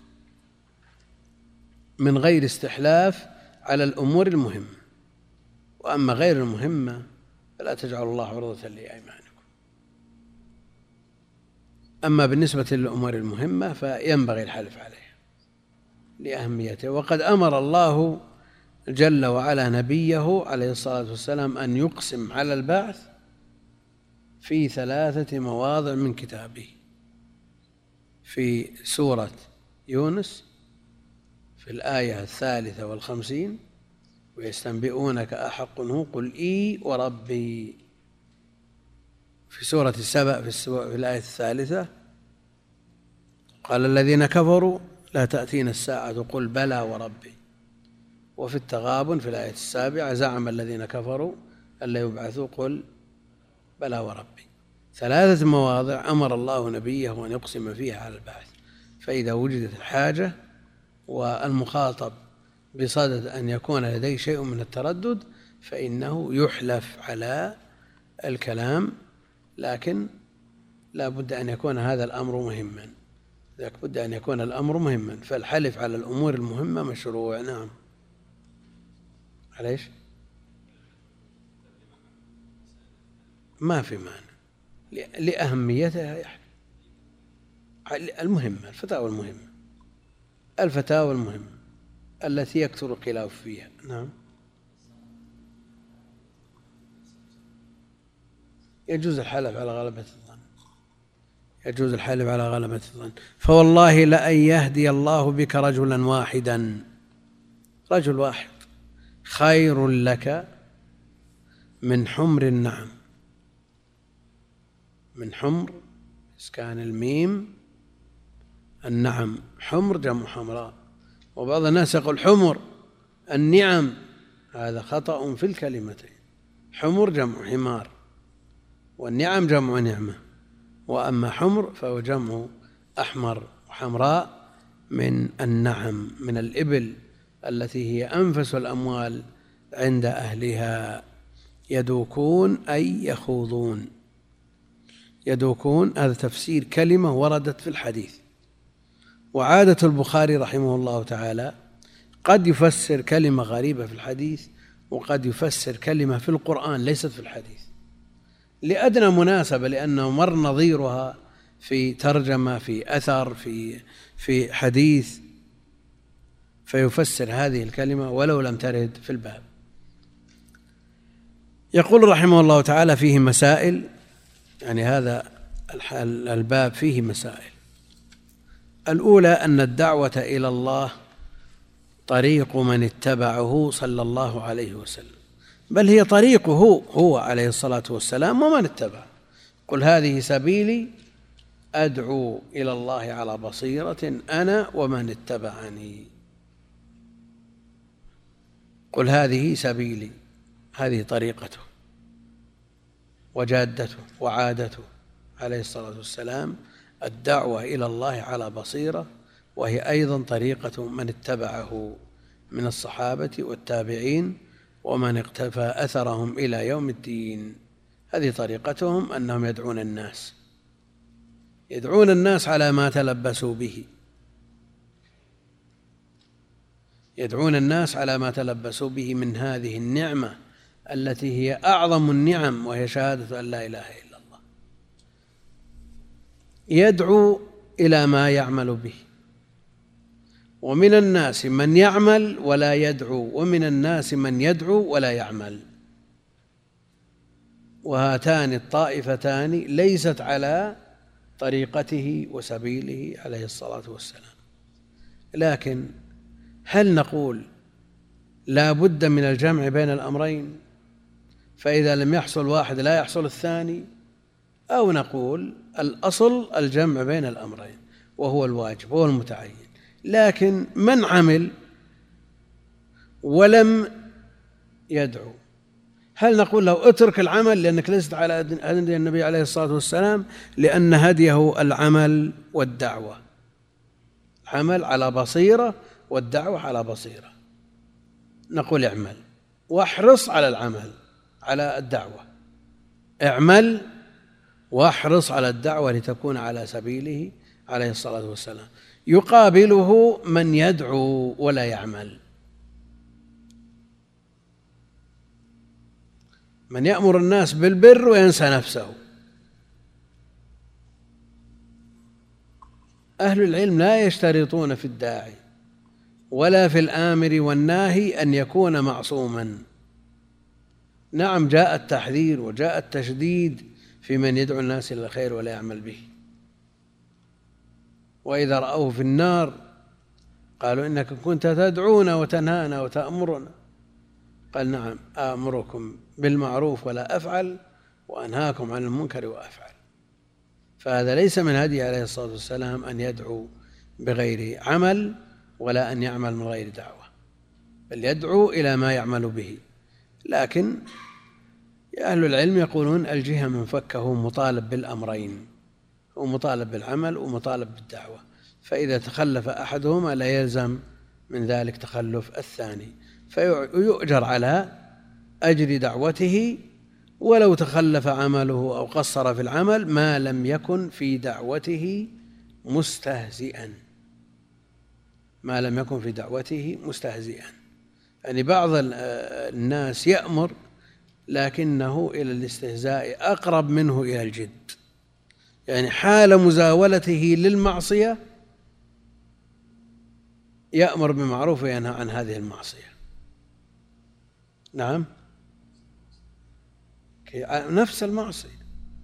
من غير استحلاف على الأمور المهمة، وأما غير المهمة فلا تجعلوا الله عرضة لأيمانكم. أما بالنسبة للأمور المهمة فينبغي الحلف عليها لأهميته. وقد أمر الله جل وعلا نبيه عليه الصلاة والسلام أن يقسم على البعث في ثلاثة مواضع من كتابه: في سورة يونس في الآية الثالثة والخمسين: ويستنبئونك أحق هو قل إي وربي. في سورة السبأ في الآية الثالثة: قال الذين كفروا لا تأتينا الساعة قل بلى وربي. وفي التغابن في الآية السابعة: زعم الذين كفروا أن لا يبعثوا قل بلى وربي. ثلاثة مواضع أمر الله نبيه أن يقسم فيها على البعث، فإذا وجدت الحاجة والمخاطب بصدد أن يكون لديه شيء من التردد فإنه يحلف على الكلام، لكن لا بد أن يكون هذا الأمر مهما، لا بد أن يكون الأمر مهما، فالحلف على الأمور المهمة مشروع. نعم. عليش ما في معنى لأهميتها يحلف المهمة، الفتاوى المهمة، الفتاوى المهمة التي يكثر الخلاف فيها. نعم. يجوز الحلف على غلبة الظن، يجوز الحلف على غلبة الظن. فوالله لأن يهدي الله بك رجلا واحدا، رجل واحد خير لك من حمر النعم. من حمر إسكان الميم النعم، حمر جمع حمراء، وبعض الناس يقول حمر النعم، هذا خطأ في الكلمتين. حمر جمع حمار والنعم جمع نعمة، وأما حمر فهو جمع أحمر وحمراء من النعم، من الإبل التي هي أنفس الأموال عند أهلها. يدوكون أي يخوضون، يدوكون هذا تفسير كلمة وردت في الحديث. وعادة البخاري رحمه الله تعالى قد يفسر كلمة غريبة في الحديث وقد يفسر كلمة في القرآن ليست في الحديث لأدنى مناسبة، لأنه مر نظيرها في ترجمة في أثر في في حديث، فيفسر هذه الكلمة ولو لم ترد في الباب. يقول رحمه الله تعالى فيه مسائل، يعني هذا الباب فيه مسائل. الأولى أن الدعوة إلى الله طريق من اتبعه صلى الله عليه وسلم، بل هي طريقه هو عليه الصلاة والسلام ومن اتبعه. قل هذه سبيلي أدعو إلى الله على بصيرة أنا ومن اتبعني. قل هذه سبيلي، هذه طريقته وجادته وعادته عليه الصلاة والسلام، الدعوة إلى الله على بصيرة، وهي أيضا طريقة من اتبعه من الصحابة والتابعين ومن اقتفى أثرهم إلى يوم الدين. هذه طريقتهم، أنهم يدعون الناس يدعون الناس على ما تلبسوا به، يدعون الناس على ما تلبسوا به من هذه النعمة التي هي أعظم النعم، وهي شهادة أن لا إله إلا الله، يدعو إلى ما يعمل به. ومن الناس من يعمل ولا يدعو، ومن الناس من يدعو ولا يعمل. وهاتان الطائفتان ليست على طريقته وسبيله عليه الصلاة والسلام. لكن هل نقول لا بد من الجمع بين الأمرين، فإذا لم يحصل واحد لا يحصل الثاني، أو نقول الأصل الجمع بين الأمرين وهو الواجب وهو المتعين؟ لكن من عمل ولم يدعو، هل نقول له اترك العمل لأنك لست على هدي النبي عليه الصلاة والسلام؟ لأن هديه العمل والدعوة، عمل على بصيرة والدعوة على بصيرة. نقول اعمل واحرص على العمل على الدعوة، اعمل واحرص على الدعوة لتكون على سبيله عليه الصلاة والسلام. يقابله من يدعو ولا يعمل، من يأمر الناس بالبر وينسى نفسه. أهل العلم لا يشترطون في الداعي ولا في الآمر والناهي أن يكون معصوما. نعم، جاء التحذير وجاء التشديد في من يدعو الناس إلى الخير ولا يعمل به. وإذا رأوه في النار قالوا إنك كنت تدعونا وتنهانا وتأمرنا، قال نعم، آمركم بالمعروف ولا أفعل، وأنهاكم عن المنكر وأفعل. فهذا ليس من هدي عليه الصلاة والسلام أن يدعو بغير عمل ولا أن يعمل من غير دعوة، بل يدعو إلى ما يعمل به. لكن أهل العلم يقولون الجهة من فكه مطالب بالأمرين، هو مطالب بالعمل ومطالب بالدعوة، فإذا تخلف أحدهما لا يلزم من ذلك تخلف الثاني، فيؤجر على أجر دعوته ولو تخلف عمله أو قصر في العمل، ما لم يكن في دعوته مستهزئا، ما لم يكن في دعوته مستهزئا. يعني بعض الناس يأمر لكنه إلى الاستهزاء أقرب منه إلى الجد، يعني حال مزاولته للمعصية يأمر بالمعروف وينهى عن هذه المعصية. نعم، نفس المعصية.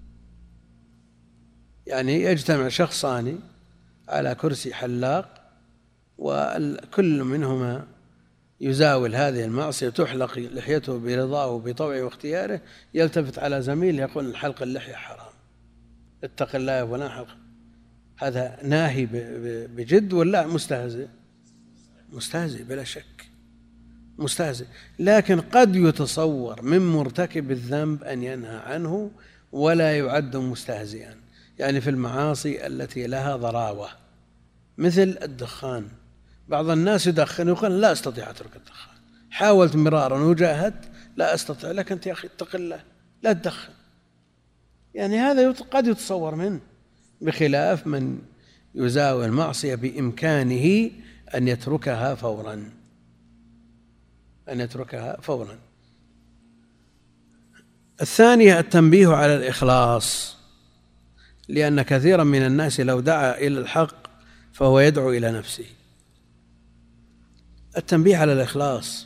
يعني يجتمع شخصان على كرسي حلاق وكل منهما يزاول هذه المعصية، تحلق لحيته برضاه وبطوعه واختياره، يلتفت على زميله يقول حلق اللحية حرام، اتق الله ولا حلق. هذا ناهي بجد ولا مستهزئ؟ مستهزئ بلا شك، مستهزئ. لكن قد يتصور من مرتكب الذنب أن ينهى عنه ولا يعد مستهزئا، يعني في المعاصي التي لها ضراوة مثل الدخان. بعض الناس يدخن يقول لا أستطيع أترك الدخان، حاولت مرارا وجاهدت لا أستطيع، لكن أنت يا أخي اتق الله لا تدخن. يعني هذا قد يتصور منه، بخلاف من يزاول المعصية بإمكانه أن يتركها فورا، أن يتركها فورا. الثانية التنبيه على الإخلاص، لأن كثيرا من الناس لو دعا إلى الحق فهو يدعو إلى نفسه. التنبيه على الإخلاص،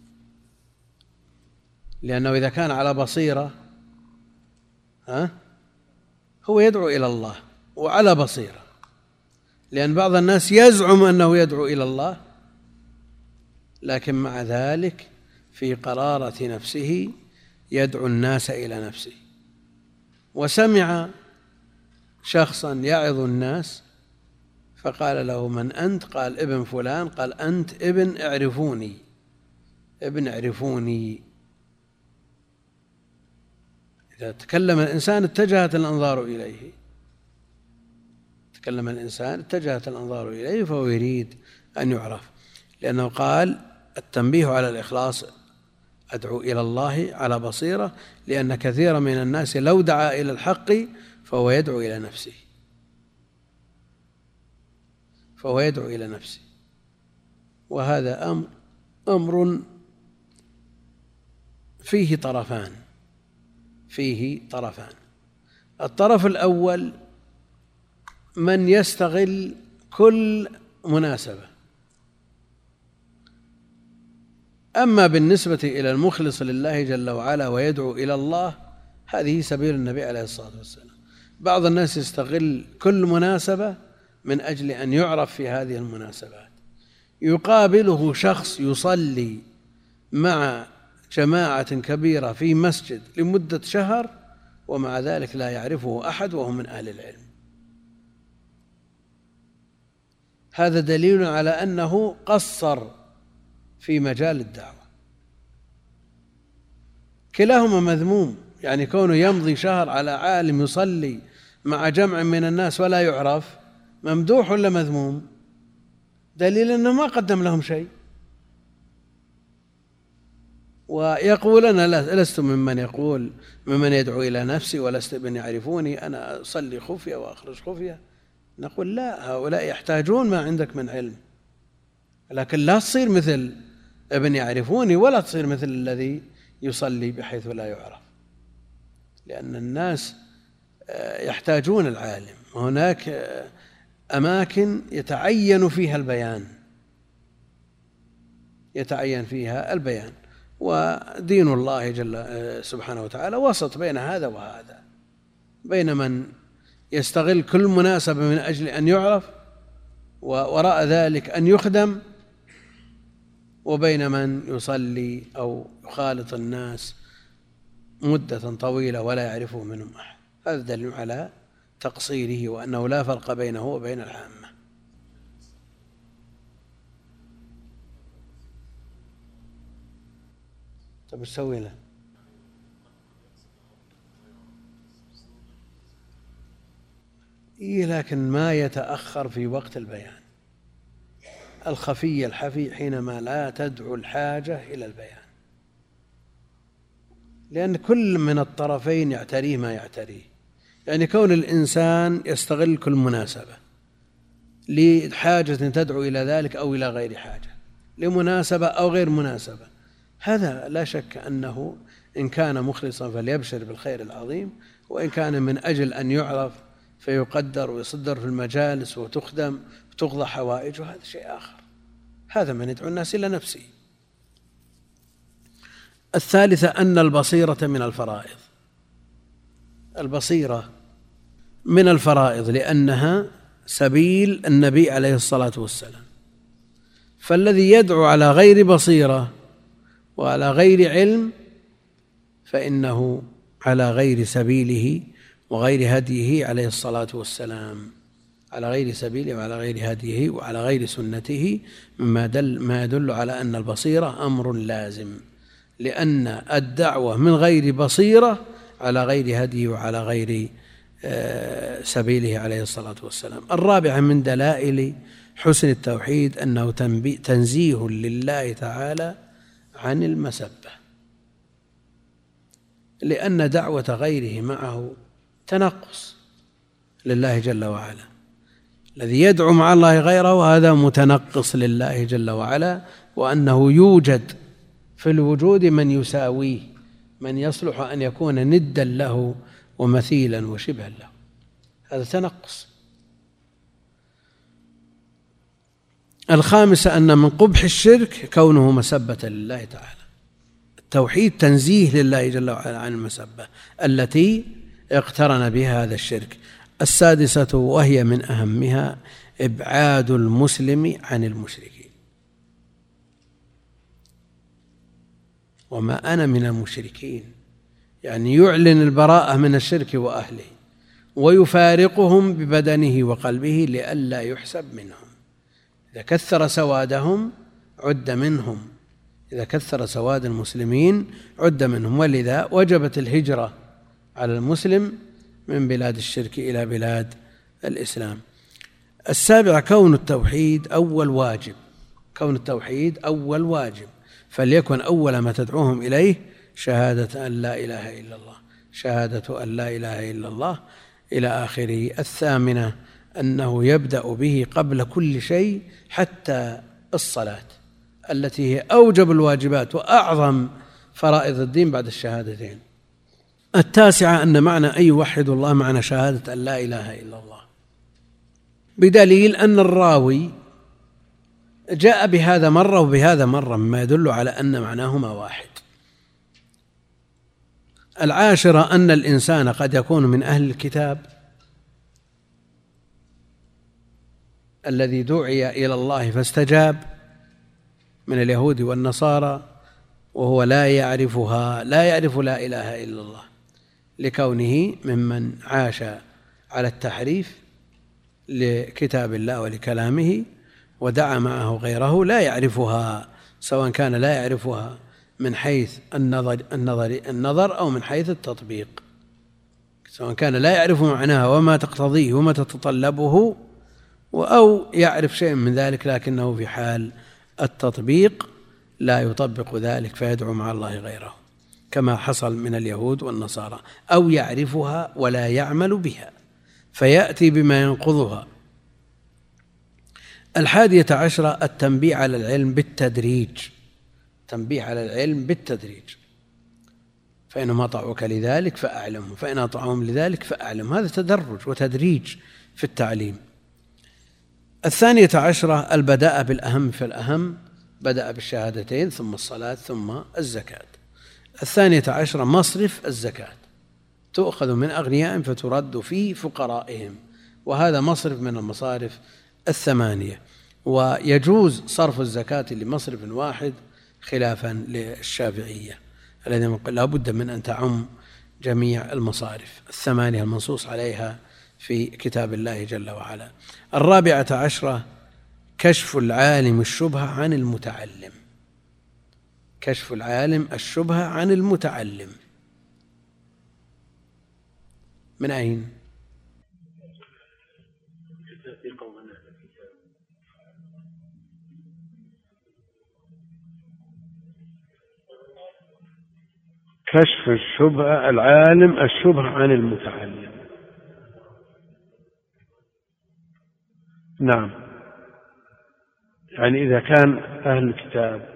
لأنه إذا كان على بصيرة ها هو يدعو إلى الله وعلى بصيرة، لأن بعض الناس يزعم أنه يدعو إلى الله لكن مع ذلك في قرارة نفسه يدعو الناس إلى نفسه. وسمع شخصا يعظ الناس فقال له من أنت؟ قال ابن فلان. قال أنت ابن اعرفوني، ابن اعرفوني. إذا تكلم الإنسان اتجهت الأنظار إليه، تكلم الإنسان اتجهت الأنظار إليه فهو يريد أن يعرف، لأنه قال التنبيه على الإخلاص، أدعو إلى الله على بصيرة، لأن كثيرا من الناس لو دعا إلى الحق فهو يدعو إلى نفسه، فهو يدعو إلى نفسه. وهذا أمر أمر فيه طرفان فيه طرفان الطرف الأول من يستغل كل مناسبة. أما بالنسبة إلى المخلص لله جل وعلا ويدعو إلى الله، هذه سبيل النبي عليه الصلاة والسلام. بعض الناس يستغل كل مناسبة من أجل أن يعرف في هذه المناسبات، يقابله شخص يصلي مع جماعة كبيرة في مسجد لمدة شهر ومع ذلك لا يعرفه أحد وهو من أهل العلم. هذا دليل على أنه قصر في مجال الدعوة. كلاهما مذموم، يعني كونه يمضي شهر على عالم يصلي مع جمع من الناس ولا يعرف ممدوح ولا مذموم؟ دليل أنه ما قدم لهم شيء. ويقول أنا لست ممن يقول ممن يدعو إلى نفسي ولست من يعرفوني، أنا أصلي خفية وأخرج خفية. نقول لا، هؤلاء يحتاجون ما عندك من علم، لكن لا تصير مثل ابن يعرفوني ولا تصير مثل الذي يصلي بحيث لا يعرف، لأن الناس يحتاجون العالم. وهناك أماكن يتعين فيها البيان يتعين فيها البيان ودين الله جل سبحانه وتعالى وسط بين هذا وهذا، بين من يستغل كل مناسبة من أجل أن يعرف ووراء ذلك أن يخدم، وبين من يصلي أو يخالط الناس مدة طويلة ولا يعرفه منهم أحد. هذا دليل على تقصيره وأنه لا فرق بينه وبين العامة. طيب ايش تسوي له؟ إيه، لكن ما يتأخر في وقت البيان. الخفي الحفي حينما لا تدعو الحاجة إلى البيان، لأن كل من الطرفين يعتريه ما يعتريه. يعني كون الإنسان يستغل كل مناسبة لحاجة تدعو إلى ذلك أو إلى غير حاجة، لمناسبة أو غير مناسبة، هذا لا شك أنه إن كان مخلصا فليبشر بالخير العظيم، وإن كان من أجل أن يعرف فيقدر ويصدر في المجالس وتخدم وتقضى حوائج، هذا شيء آخر. هذا من يدعو الناس إلى نفسه. الثالثة أن البصيرة من الفرائض. البصيرة من الفرائض لأنها سبيل النبي عليه الصلاة والسلام. فالذي يدعو على غير بصيرة وعلى غير علم فإنه على غير سبيله وغير هديه عليه الصلاة والسلام، على غير سبيله وعلى غير هديه وعلى غير سنته، مما دل ما يدل على أن البصيرة أمر لازم، لأن الدعوة من غير بصيرة على غير هديه وعلى غير سبيله عليه الصلاة والسلام. الرابعة من دلائل حسن التوحيد أنه تنزيه لله تعالى عن المسبة، لأن دعوة غيره معه تنقص لله جل وعلا. الذي يدعو مع الله غيره هذا متنقص لله جل وعلا، وأنه يوجد في الوجود من يساويه، من يصلح أن يكون ندا له ومثيلا وشبها له، هذا تنقص. الخامسة أن من قبح الشرك كونه مسبة لله تعالى. التوحيد تنزيه لله جل وعلا عن المسبة التي اقترن بها هذا الشرك. السادسة وهي من أهمها إبعاد المسلم عن المشركين. وما أنا من المشركين، يعني يعلن البراءة من الشرك وأهله ويفارقهم ببدنه وقلبه لئلا يحسب منهم. إذا كثر سوادهم عد منهم، إذا كثر سواد المسلمين عد منهم. ولذا وجبت الهجرة على المسلم من بلاد الشرك إلى بلاد الإسلام. السابع كون التوحيد أول واجب، كون التوحيد أول واجب، فليكن أول ما تدعوهم إليه شهادة أن لا إله إلا الله، شهادة أن لا إله إلا الله إلى آخره. الثامنة أنه يبدأ به قبل كل شيء حتى الصلاة التي هي أوجب الواجبات وأعظم فرائض الدين بعد الشهادتين. التاسعة أن معنى أن يوحدوا الله معنى شهادة أن لا إله إلا الله، بدليل أن الراوي جاء بهذا مرة وبهذا مرة، مما يدل على أن معناهما واحد. العاشرة أن الإنسان قد يكون من أهل الكتاب الذي دعي إلى الله فاستجاب من اليهود والنصارى وهو لا يعرفها، لا يعرف لا إله إلا الله، لكونه ممن عاش على التحريف لكتاب الله ولكلامه ودعا معه غيره لا يعرفها، سواء كان لا يعرفها من حيث النظر, النظر, النظر أو من حيث التطبيق، سواء كان لا يعرف معناها وما تقتضيه وما تتطلبه، أو يعرف شيء من ذلك لكنه في حال التطبيق لا يطبق ذلك فيدعو مع الله غيره، كما حصل من اليهود والنصارى، أو يعرفها ولا يعمل بها فيأتي بما ينقضها. الحادية عشرة التنبيه على العلم بالتدريج، تنبيه على العلم بالتدريج، فإنهم أطاعوك لذلك فأعلمهم، فإن أطاعوهم لذلك فأعلم، هذا تدرج وتدريج في التعليم. الثانية عشرة البداء بالأهم فالأهم، بدأ بالشهادتين ثم الصلاة ثم الزكاة. الثانية عشرة مصرف الزكاة، تؤخذ من أغنيائهم فترد في فقرائهم، وهذا مصرف من المصارف الثمانية، ويجوز صرف الزكاة لمصرف واحد خلافا للشافعية الذين لا بد من أن تعم جميع المصارف الثمانية المنصوص عليها في كتاب الله جل وعلا. الرابعة عشرة كشف العالم الشبهة عن المتعلم، كشف العالم الشبهة عن المتعلم. من أين؟ كشف الشبهة العالم الشبهة عن المتعلم. نعم، يعني إذا كان أهل الكتاب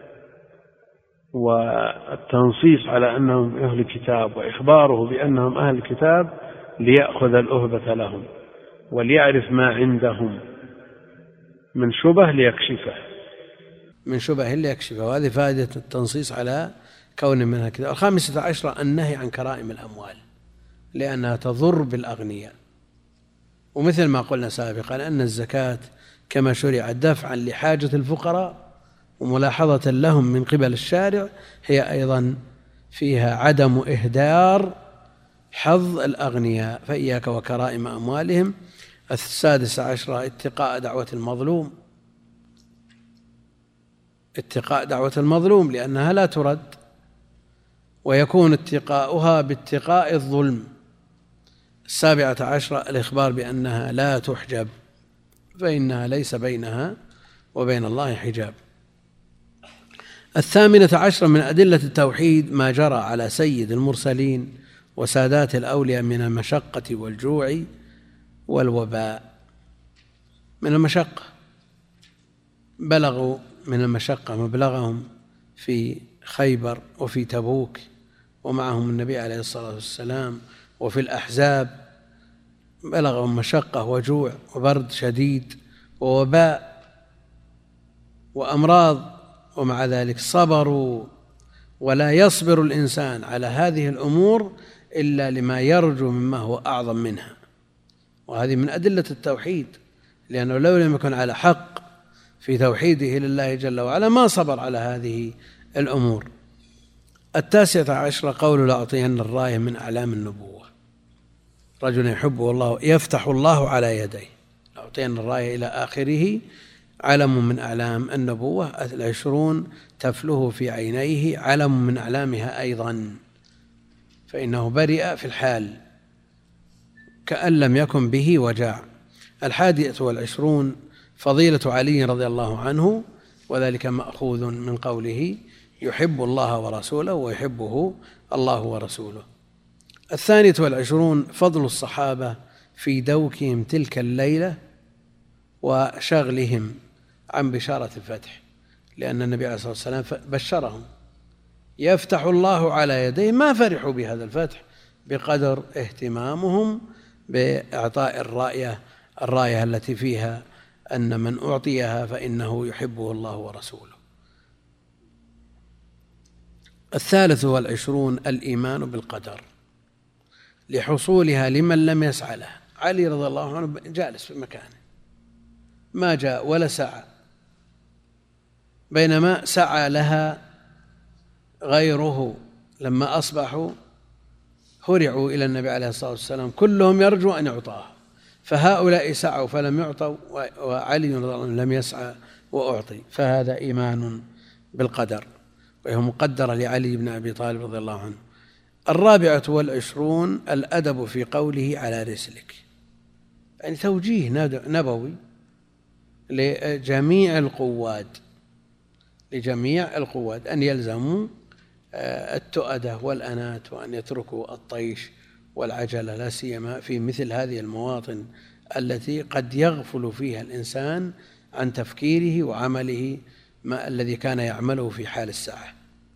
والتنصيص على أنهم أهل الكتاب وإخباره بأنهم أهل الكتاب ليأخذ الأهبة لهم وليعرف ما عندهم من شبه ليكشفه، من شبه ليكشفه، وهذه فائدة التنصيص على كون من الكتاب. الخامسة عشرة النهي عن كرائم الأموال لأنها تضر بالأغنياء، ومثل ما قلنا سابقا أن الزكاة كما شرعت دفعا لحاجة الفقراء وملاحظة لهم من قبل الشارع، هي أيضا فيها عدم إهدار حظ الأغنياء، فإياك وكرائم أموالهم. السادسة عشرة اتقاء دعوة المظلوم، اتقاء دعوة المظلوم لأنها لا ترد، ويكون اتقاؤها باتقاء الظلم. السابعة عشرة الإخبار بأنها لا تحجب، فإنها ليس بينها وبين الله حجاب. الثامنة عشرة من أدلة التوحيد ما جرى على سيد المرسلين وسادات الأولياء من المشقة والجوع والوباء. من المشقة بلغوا من المشقة مبلغهم في خيبر وفي تبوك ومعهم النبي عليه الصلاة والسلام، وفي الأحزاب بلغهم مشقة وجوع وبرد شديد ووباء وأمراض، ومع ذلك صبروا. ولا يصبر الإنسان على هذه الأمور إلا لما يرجو مما هو أعظم منها، وهذه من أدلة التوحيد، لأنه لو لم يكن على حق في توحيده لله جل وعلا ما صبر على هذه الأمور. التاسعة عشرة قول لأعطين الراية من أعلام النبوة، رجل يحبه الله يفتح الله على يديه، لأعطين الراية إلى آخره، علم من أعلام النبوة. العشرون تفله في عينيه، علم من أعلامها أيضا، فإنه برئ في الحال كأن لم يكن به وجاع. الحادية والعشرون فضيلة علي رضي الله عنه، وذلك مأخوذ من قوله يحب الله ورسوله ويحبه الله ورسوله. الثانية والعشرون فضل الصحابة في دوكهم تلك الليلة وشغلهم عن بشارة الفتح، لأن النبي عليه الصلاة والسلام بشرهم يفتح الله على يديه ما فرحوا بهذا الفتح بقدر اهتمامهم بإعطاء الراية الراية التي فيها أن من أعطيها فإنه يحبه الله ورسوله. الثالث والعشرون الإيمان بالقدر لحصولها لمن لم يسعى لها. علي رضي الله عنه جالس في مكانه ما جاء ولا سعى، بينما سعى لها غيره لما أصبحوا هرعوا إلى النبي عليه الصلاة والسلام كلهم يرجو أن يعطاه، فهؤلاء سعوا فلم يعطوا وعلي رضي الله عنه لم يسعى وأعطي، فهذا إيمان بالقدر وهي مقدرة لعلي بن أبي طالب رضي الله عنه. الرابعة والعشرون الأدب في قوله على رسلك، يعني توجيه نبوي لجميع القواد لجميع القواد أن يلزموا التؤدة والأنات وأن يتركوا الطيش والعجلة، لا سيما في مثل هذه المواطن التي قد يغفل فيها الإنسان عن تفكيره وعمله ما الذي كان يعمله في حال الساعة.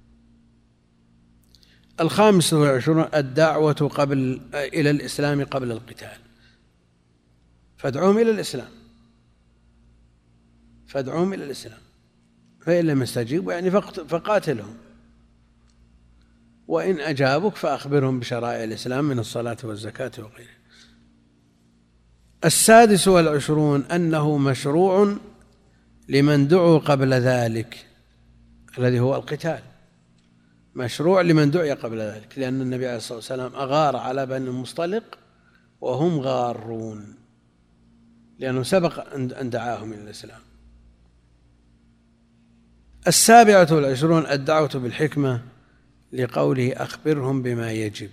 الخامس والعشرون الدعوة قبل إلى الإسلام قبل القتال، فادعوهم إلى الإسلام فادعوهم إلى الإسلام فإن لم يستجيبوا يعني فقاتلهم، وإن أجابك فأخبرهم بشرائع الإسلام من الصلاة والزكاة وغيرها. السادس والعشرون أنه مشروع لمن دعوا قبل ذلك الذي هو القتال، مشروع لمن دعي قبل ذلك، لأن النبي عليه الصلاة والسلام أغار على بني المصطلق وهم غارون، لأنه سبق أن دعاهم إلى الإسلام. السابعة والعشرون الدعوة بالحكمة لقوله أخبرهم بما يجب.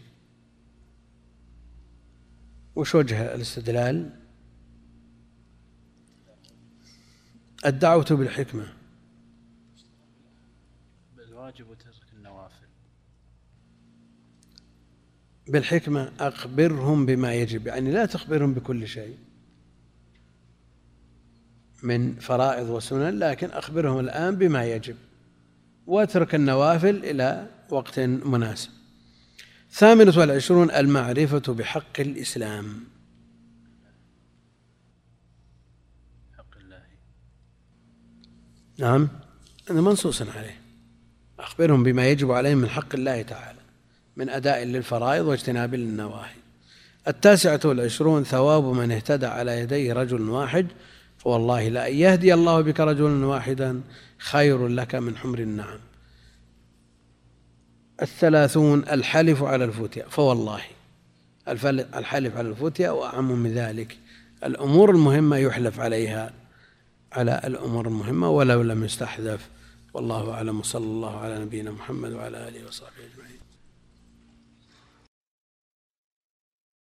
وش وجه الاستدلال؟ الدعوة بالحكمة بالواجب وترك النوافل. بالحكمة أخبرهم بما يجب، يعني لا تخبرهم بكل شيء من فرائض وسنن، لكن أخبرهم الآن بما يجب واترك النوافل إلى وقت مناسب. ثامنة والعشرون المعرفة بحق الإسلام. حق الله نعم أنا منصوص عليه، أخبرهم بما يجب عليهم من حق الله تعالى من أداء للفرائض واجتناب للنواهي. التاسعة والعشرون ثواب من اهتدى على يديه رجل واحد، فوالله لا يهدي الله بك رجلا واحدا خير لك من حمر النعم. الثلاثون الحلف على الفتيا، فوالله الحلف على الفتيا وأعم من ذلك، الأمور المهمة يحلف عليها على الأمور المهمة ولو لم يستحذف. والله أعلم، وصلى الله على نبينا محمد وعلى آله وصحبه أجمعين.